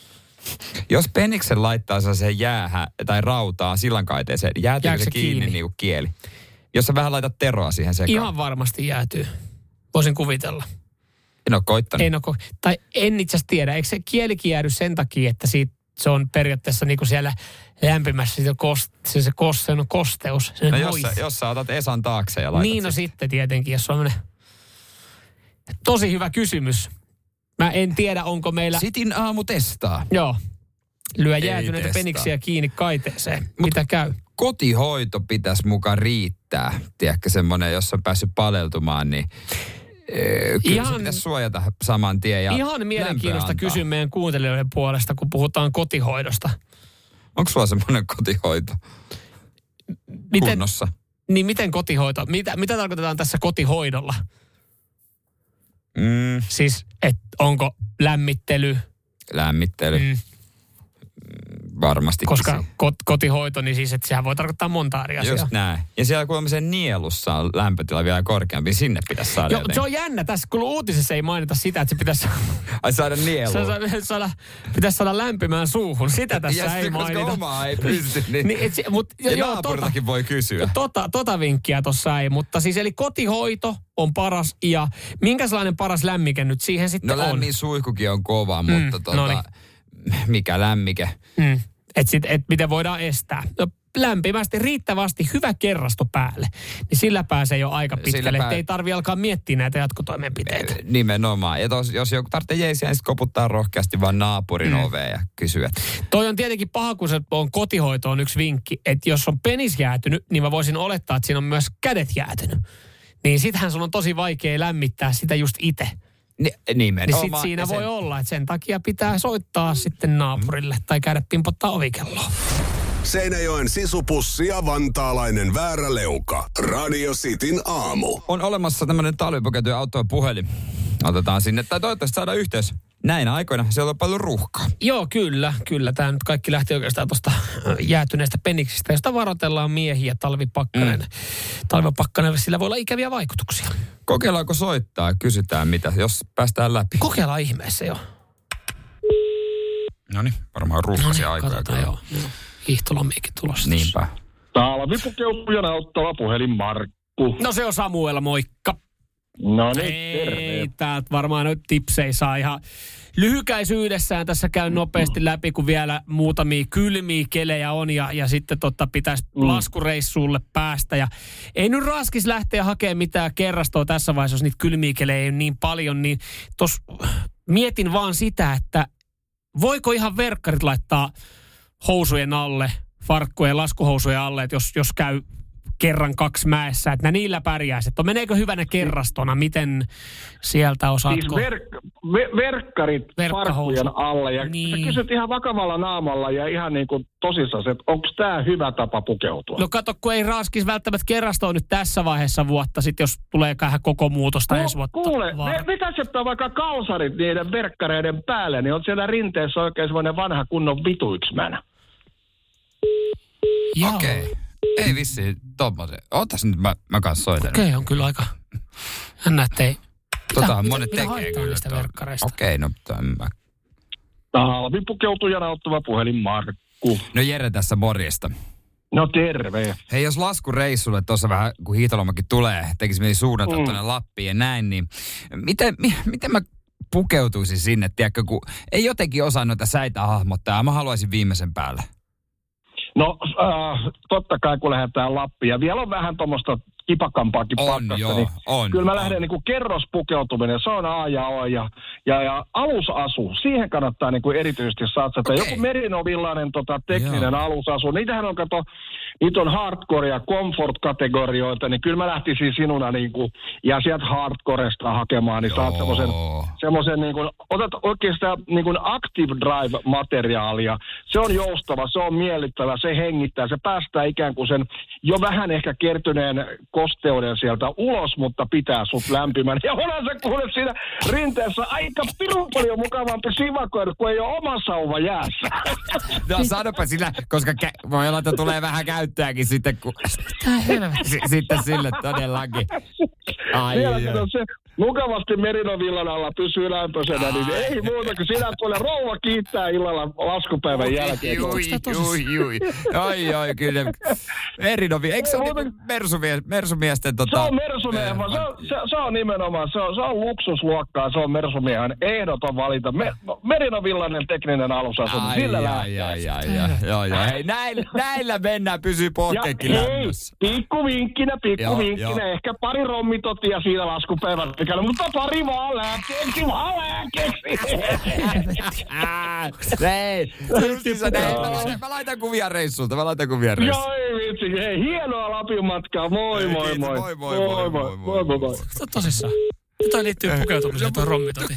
Jos peniksen laittaa sellaiseen jäähän tai rautaan sillankaiteeseen, jäätyykö se kiinni niin kuin kieli? Jos sä vähän laitat teroa siihen sekaan. Ihan varmasti jäätyy. Voisin kuvitella. En ole koittanut. Tai en itse asiassa tiedä. Eikö se kielikin jäädy sen takia, että se on periaatteessa niin kuin siellä lämpimässä se kosteus. No jos sä otat Esan taakse ja laitat niin, no sitten tietenkin, jos on tosi hyvä kysymys. Mä en tiedä, onko meillä... Sitin aamu testaa. Joo. Lyö jäätyneitä peniksiä kiinni kaiteeseen. Mitä käy? Kotihoito pitäisi mukaan riittää. Tiedätkö, semmoinen, jos on päässyt paleltumaan, niin... Kyllä se pitäisi suojata saman tien ja ihan mielenkiinnosta kysyn meidän kuuntelijoiden puolesta, kun puhutaan kotihoidosta. Onko sulla semmoinen kotihoito kunnossa? Niin miten kotihoito? Mitä tarkoitetaan tässä kotihoidolla? Siis, että onko lämmittely? Lämmittely. Varmasti. Koska kotihoito, niin siis, että sehän voi tarkoittaa monta eri asiaa. Just näin. Ja siellä kuulemma sen nielussa on lämpötila vielä korkeampi, sinne pitäisi saada jotenkin. Se on jännä. Tässä kun uutisessa ei mainita sitä, että se pitäisi... Ai saada nieluun. Pitäisi saada lämpimään suuhun. Sitä tässä ei mainita. Koska omaa ei pysty, niin... ja naapuriltakin voi kysyä. Tota vinkkiä tuossa ei, mutta siis eli kotihoito on paras ja minkälainen paras lämmike nyt siihen sitten on? No lämmin suihkukin on kova, mutta mikä lämmike? Et miten voidaan estää? No, lämpimästi, riittävästi, hyvä kerrasto päälle. Niin sillä pääsee jo aika pitkälle, ettei tarvitse alkaa miettiä näitä jatkotoimenpiteitä. Nimenomaan. Ja jos joku tarvitsee jeesiä, niin sitten koputtaa rohkeasti vaan naapurin oveen ja kysyä. Toi on tietenkin paha, kun se on kotihoito on yksi vinkki. Että jos on penis jäätynyt, niin mä voisin olettaa, että siinä on myös kädet jäätynyt. Niin sittenhän sun on tosi vaikea lämmittää sitä just itse. Niin sit siinä voi olla, että sen takia pitää soittaa sitten naapurille tai käydä pimpottaa ovikelloa. Seinäjoen sisupussi ja vantaalainen vääräleuka. Radio Cityn aamu. On olemassa tämmöinen talvipukeutujen autojen puhelin. Otetaan sinne, tai toivottavasti saadaan yhteys. Näinä aikoina siellä on paljon ruuhkaa. Joo, kyllä. Tämä nyt kaikki lähti oikeastaan tuosta jäätyneestä peniksistä, josta varoitellaan miehiä talvipakkanen. Sillä voi olla ikäviä vaikutuksia. Kokeillaanko soittaa? Kysytään mitä, jos päästään läpi. Kokeillaan ihmeessä jo. Noniin, varmaan ruuhkaisia aikoja. Katsotaan joo. Hiihtolomiakin tulossa. Niinpä. Talvipukeutujan auttava puhelin Markku. No se on Samuel, moikka. No niin, ei, täältä varmaan nyt tipsei saa ihan lyhykäisyydessään tässä käy nopeasti läpi, kun vielä muutamia kylmiä kelejä on ja sitten pitäisi laskureissulle päästä. Ja ei nyt raskis lähteä hakemaan mitään kerrastoa tässä vaiheessa, jos niitä kylmiä kelejä ei ole niin paljon. Niin tos mietin vaan sitä, että voiko ihan verkkarit laittaa housujen alle, farkkujen laskuhousujen alle, että jos käy kerran 2 mäessä, että niillä pärjäisi. Että meneekö hyvänä kerrastona? Miten sieltä osaatko? Siis verkkarit farkkujen alle. Ja sä kysyt ihan vakavalla naamalla ja ihan niin kuin tosissaan, että onko tämä hyvä tapa pukeutua? No kato, kun ei raaskisi välttämättä kerrastoa nyt tässä vaiheessa vuotta, sit jos tulee koko muutosta ensi vuotta. Kuule, pitäisi ottaa vaikka kalsarit niiden verkkareiden päälle, niin on siellä rinteessä oikein semmoinen vanha kunnon vituiksmänä. Okei. Okay. Ei vissiin tommosen. Ootas nyt, mä kanssa soitan. Okei, on kyllä aika jännä, ettei. Monet tekee kyllä. Okei, no tämä. Talvipukeutujana ottava puhelin Markku. No Jere tässä morjesta. No terve. Hei, jos laskureissulle tuossa vähän, kun hiihtolomakin tulee, tekisi mieli suunnata tuonne Lappiin ja näin, niin miten mä pukeutuisin sinne, tiedätkö, kun ei jotenkin osaa noita säitä hahmottaa, mä haluaisin viimeisen päälle. No totta kai kun lähdetään Lappiin ja vielä on vähän tuommoista kipakampaakin pakkasta, niin kyllä mä lähden niin kuin kerrospukeutuminen, se on A ja O ja alusasu, siihen kannattaa niin kuin erityisesti satsata. Okay. Joku merinovillainen tekninen alusasu, niitähän on niitä on hardcore ja comfort-kategorioita, niin kyllä mä lähtisin sinuna niin kuin, ja sieltä hardcoresta hakemaan, niin saat semmoisen niin kuin, otat oikeastaan niin kuin active drive-materiaalia, se on joustava, se on miellyttävä, se hengittää, se päästää ikään kuin sen jo vähän ehkä kertyneen kosteuden sieltä ulos, mutta pitää sut lämpimän. Ja onhan se kuule siinä rinteessä aika pirun paljon mukavampi sivakoida, kun ei ole oma sauva jäässä. No sanopa sillä, koska voi olla, että tulee vähän käyttöäkin sitten, kun sitten sille todellakin. Se mukavasti merinovillan alla pysyy lämpöisenä, niin ei muuta kuin sinä tuolle rouva kiittää illalla laskupäivän jälkeen. Ai, kyllä. Merinovi, eikö se ole mersumiesten Se on mersumiehen, se on nimenomaan, se on luksusluokkaa, se on mersumiehen ehdoton valinta. Merinovillainen tekninen alusasu, sillä lähtee. Joo. Hei, näillä mennään, pysyy pohkeekin lämmössä. Pikkuvinkkinä, ehkä pari rommitotia siinä laskupäivän, mutta pari vaan lääkkeeksi. Hei, mä laitan kuvia reissulta, Joo, ei vitsi, hei, hienoa Lapin matkaa, moi. Tosissaan. Toi liittyy pukeutumiseen toi rommitoti.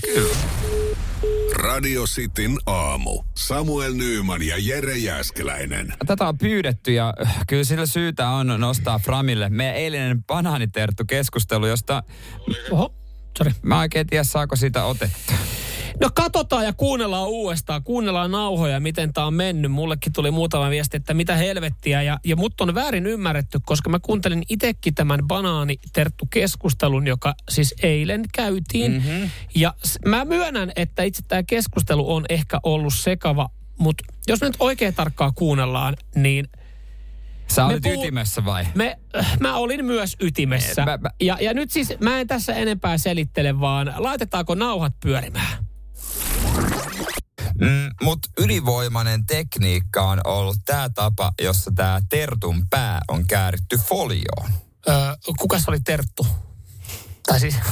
Radio Cityn aamu. Samuel Nyyman ja Jere Jääskeläinen. Tätä on pyydetty ja kyllä sillä syytä on nostaa Framille meidän eilinen banaaniterttu-keskustelu, josta mä oikein tiedä, saako siitä otetta. No katsotaan ja kuunnellaan uudestaan. Kuunnellaan nauhoja, miten tää on mennyt. Mullekin tuli muutama viesti, että mitä helvettiä. Ja mut on väärin ymmärretty, koska mä kuuntelin itsekin tämän banaaniterttu-keskustelun, joka siis eilen käytiin. Mm-hmm. Ja mä myönnän, että itse tämä keskustelu on ehkä ollut sekava. Mutta jos me nyt oikein tarkkaan kuunnellaan, niin... Sä olit ytimessä vai? Mä olin myös ytimessä. Ja nyt siis mä en tässä enempää selittele, vaan laitetaanko nauhat pyörimään? Mutta ylivoimainen tekniikka on ollut tämä tapa, jossa tämä tertun pää on kääritty folioon. Kukas oli terttu? Tai siis...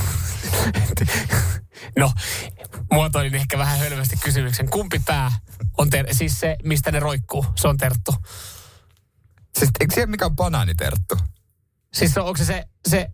No, muotoilin ehkä vähän hölmästi kysymyksen. Kumpi pää on siis se, mistä ne roikkuu, se on terttu. Siis eikö siellä mikä on banaaniterttu? Siis onko se...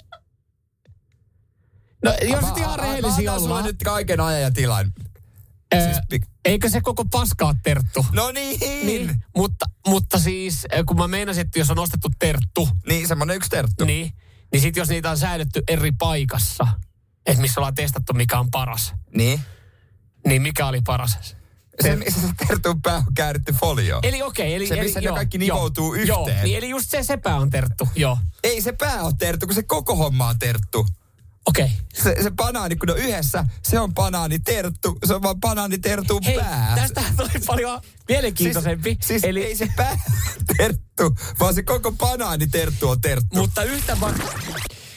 No jos nyt ihan rehellisiä ollaan... Mä nyt kaiken ajan ja tilan. Eikö se koko paska ole terttu? No niin. Mutta siis, kun mä meinasin, että jos on ostettu terttu... Niin, semmoinen yksi terttu. Niin sit jos niitä on säilytty eri paikassa, että missä ollaan testattu, mikä on paras. Niin mikä oli paras? Se, missä se tertun pää on kääritty folioon. Eli okei. Se, missä ne kaikki nivoutuu yhteen. Joo, niin eli just se pää on terttu, joo. Ei se pää ole terttu, kun se koko homma on terttu. Okei. Se banaani, kun on yhdessä, se on banaaniterttu. Se on vaan banaanitertun pää. Hei, tästähän tuli paljon mielenkiintoisempi. Siis eli ei se pää terttu, vaan se koko banaaniterttu on terttu. Mutta yhtä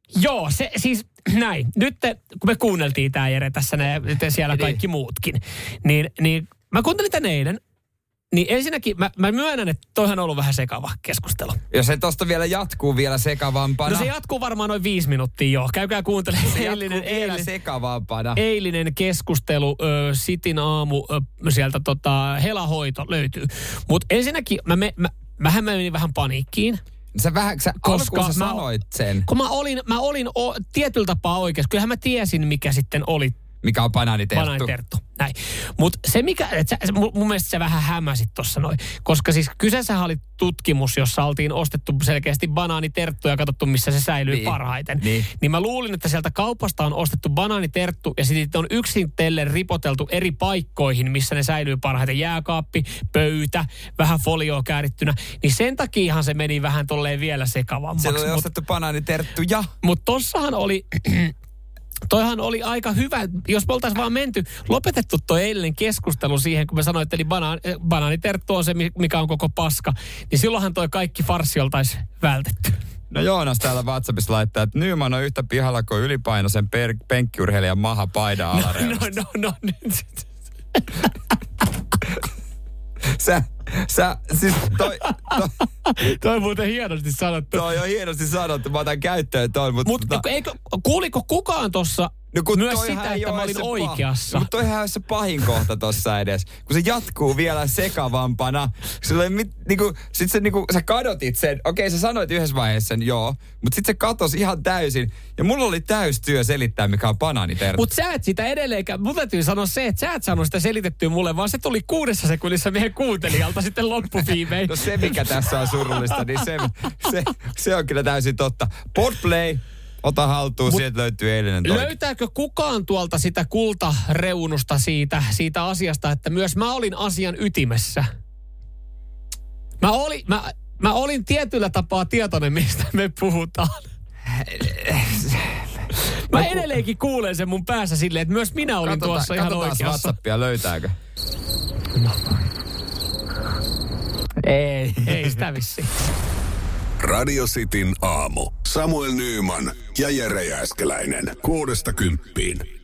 Joo, se siis näin. Nyt kun me kuunneltiin tää Jere tässä ja siellä kaikki muutkin, niin mä kuuntelin tän eilen. Niin ensinnäkin mä myönnän, että toihan on ollut vähän sekava keskustelu. Ja se tosta vielä jatkuu vielä sekavampana. No se jatkuu varmaan noin 5 minuuttia jo. Käykää kuuntelemaan. Se jatkuu vielä sekavampana. Eilinen keskustelu, Sitin aamu, sieltä helahoito löytyy. Mutta ensinnäkin mähän menin vähän paniikkiin. Sä alkuun sanoit sen. Kun mä olin tietyllä tapaa oikeassa. Kyllähän mä tiesin, mikä sitten oli. Mikä on banaaniterttu. Banaaniterttu, näin. Mutta se mikä, mun mielestä se vähän hämäsit tuossa noin. Koska siis kyseessähän oli tutkimus, jossa oltiin ostettu selkeästi banaaniterttu ja katsottu, missä se säilyy parhaiten. Niin mä luulin, että sieltä kaupasta on ostettu banaaniterttu ja sitten on yksitellen ripoteltu eri paikkoihin, missä ne säilyy parhaiten. Jääkaappi, pöytä, vähän folioa käärittynä. Niin sen takiahan se meni vähän tolleen vielä sekavammaksi. Siellä oli ostettu banaaniterttuja. Mutta tossahan oli... Toihan oli aika hyvä, jos me oltaisiin vaan lopetettu toi eilinen keskustelu siihen, kun me sanoin, että banaaniterttu on se, mikä on koko paska, niin silloinhan toi kaikki farssi oltaisiin vältetty. No Joonas täällä WhatsAppissa laittaa, että Nyman on yhtä pihalla kuin ylipainoisen penkkiurheilijan maha paidan alareunasta. No. Siis toi muuten hienosti sanottu. Toi on hienosti sanottu, mä otan käyttöön toi. Mutta kuuliko kukaan tossa myös sitä, että mä olin oikeassa? Mutta toihan on se pahin kohta tossa edes. Kun se jatkuu vielä sekavampana. Sä kadotit sen. Okei, sä sanoit yhdessä vaiheessa sen, joo. Mutta sit se katosi ihan täysin. Ja mulla oli täystyö selittää, mikä on banaaniterttu. Mutta sä et sitä edelleenkään. Mun täytyy sanoa se, että sä et saanut sitä selitettyä mulle, vaan se tuli 6 sekunnissa meidän kuuntelijalta sitten loppuviimein. No se, mikä tässä on surullista, niin se on kyllä täysin totta. Podplay. Ota haltuun, sieltä löytyy eilinen toinen. Löytääkö kukaan tuolta sitä kultareunusta siitä asiasta, että myös mä olin asian ytimessä? Mä olin tietyllä tapaa tietoinen, mistä me puhutaan. Mä edelleenkin kuulen sen mun päässä silleen, että myös minä olin tuossa ihan oikeassa. Katsotaan WhatsAppia, löytääkö? No. Ei sitä vissiin. Radio Cityn aamu. Samuel Nyman ja Jere Jääskeläinen. 6–10.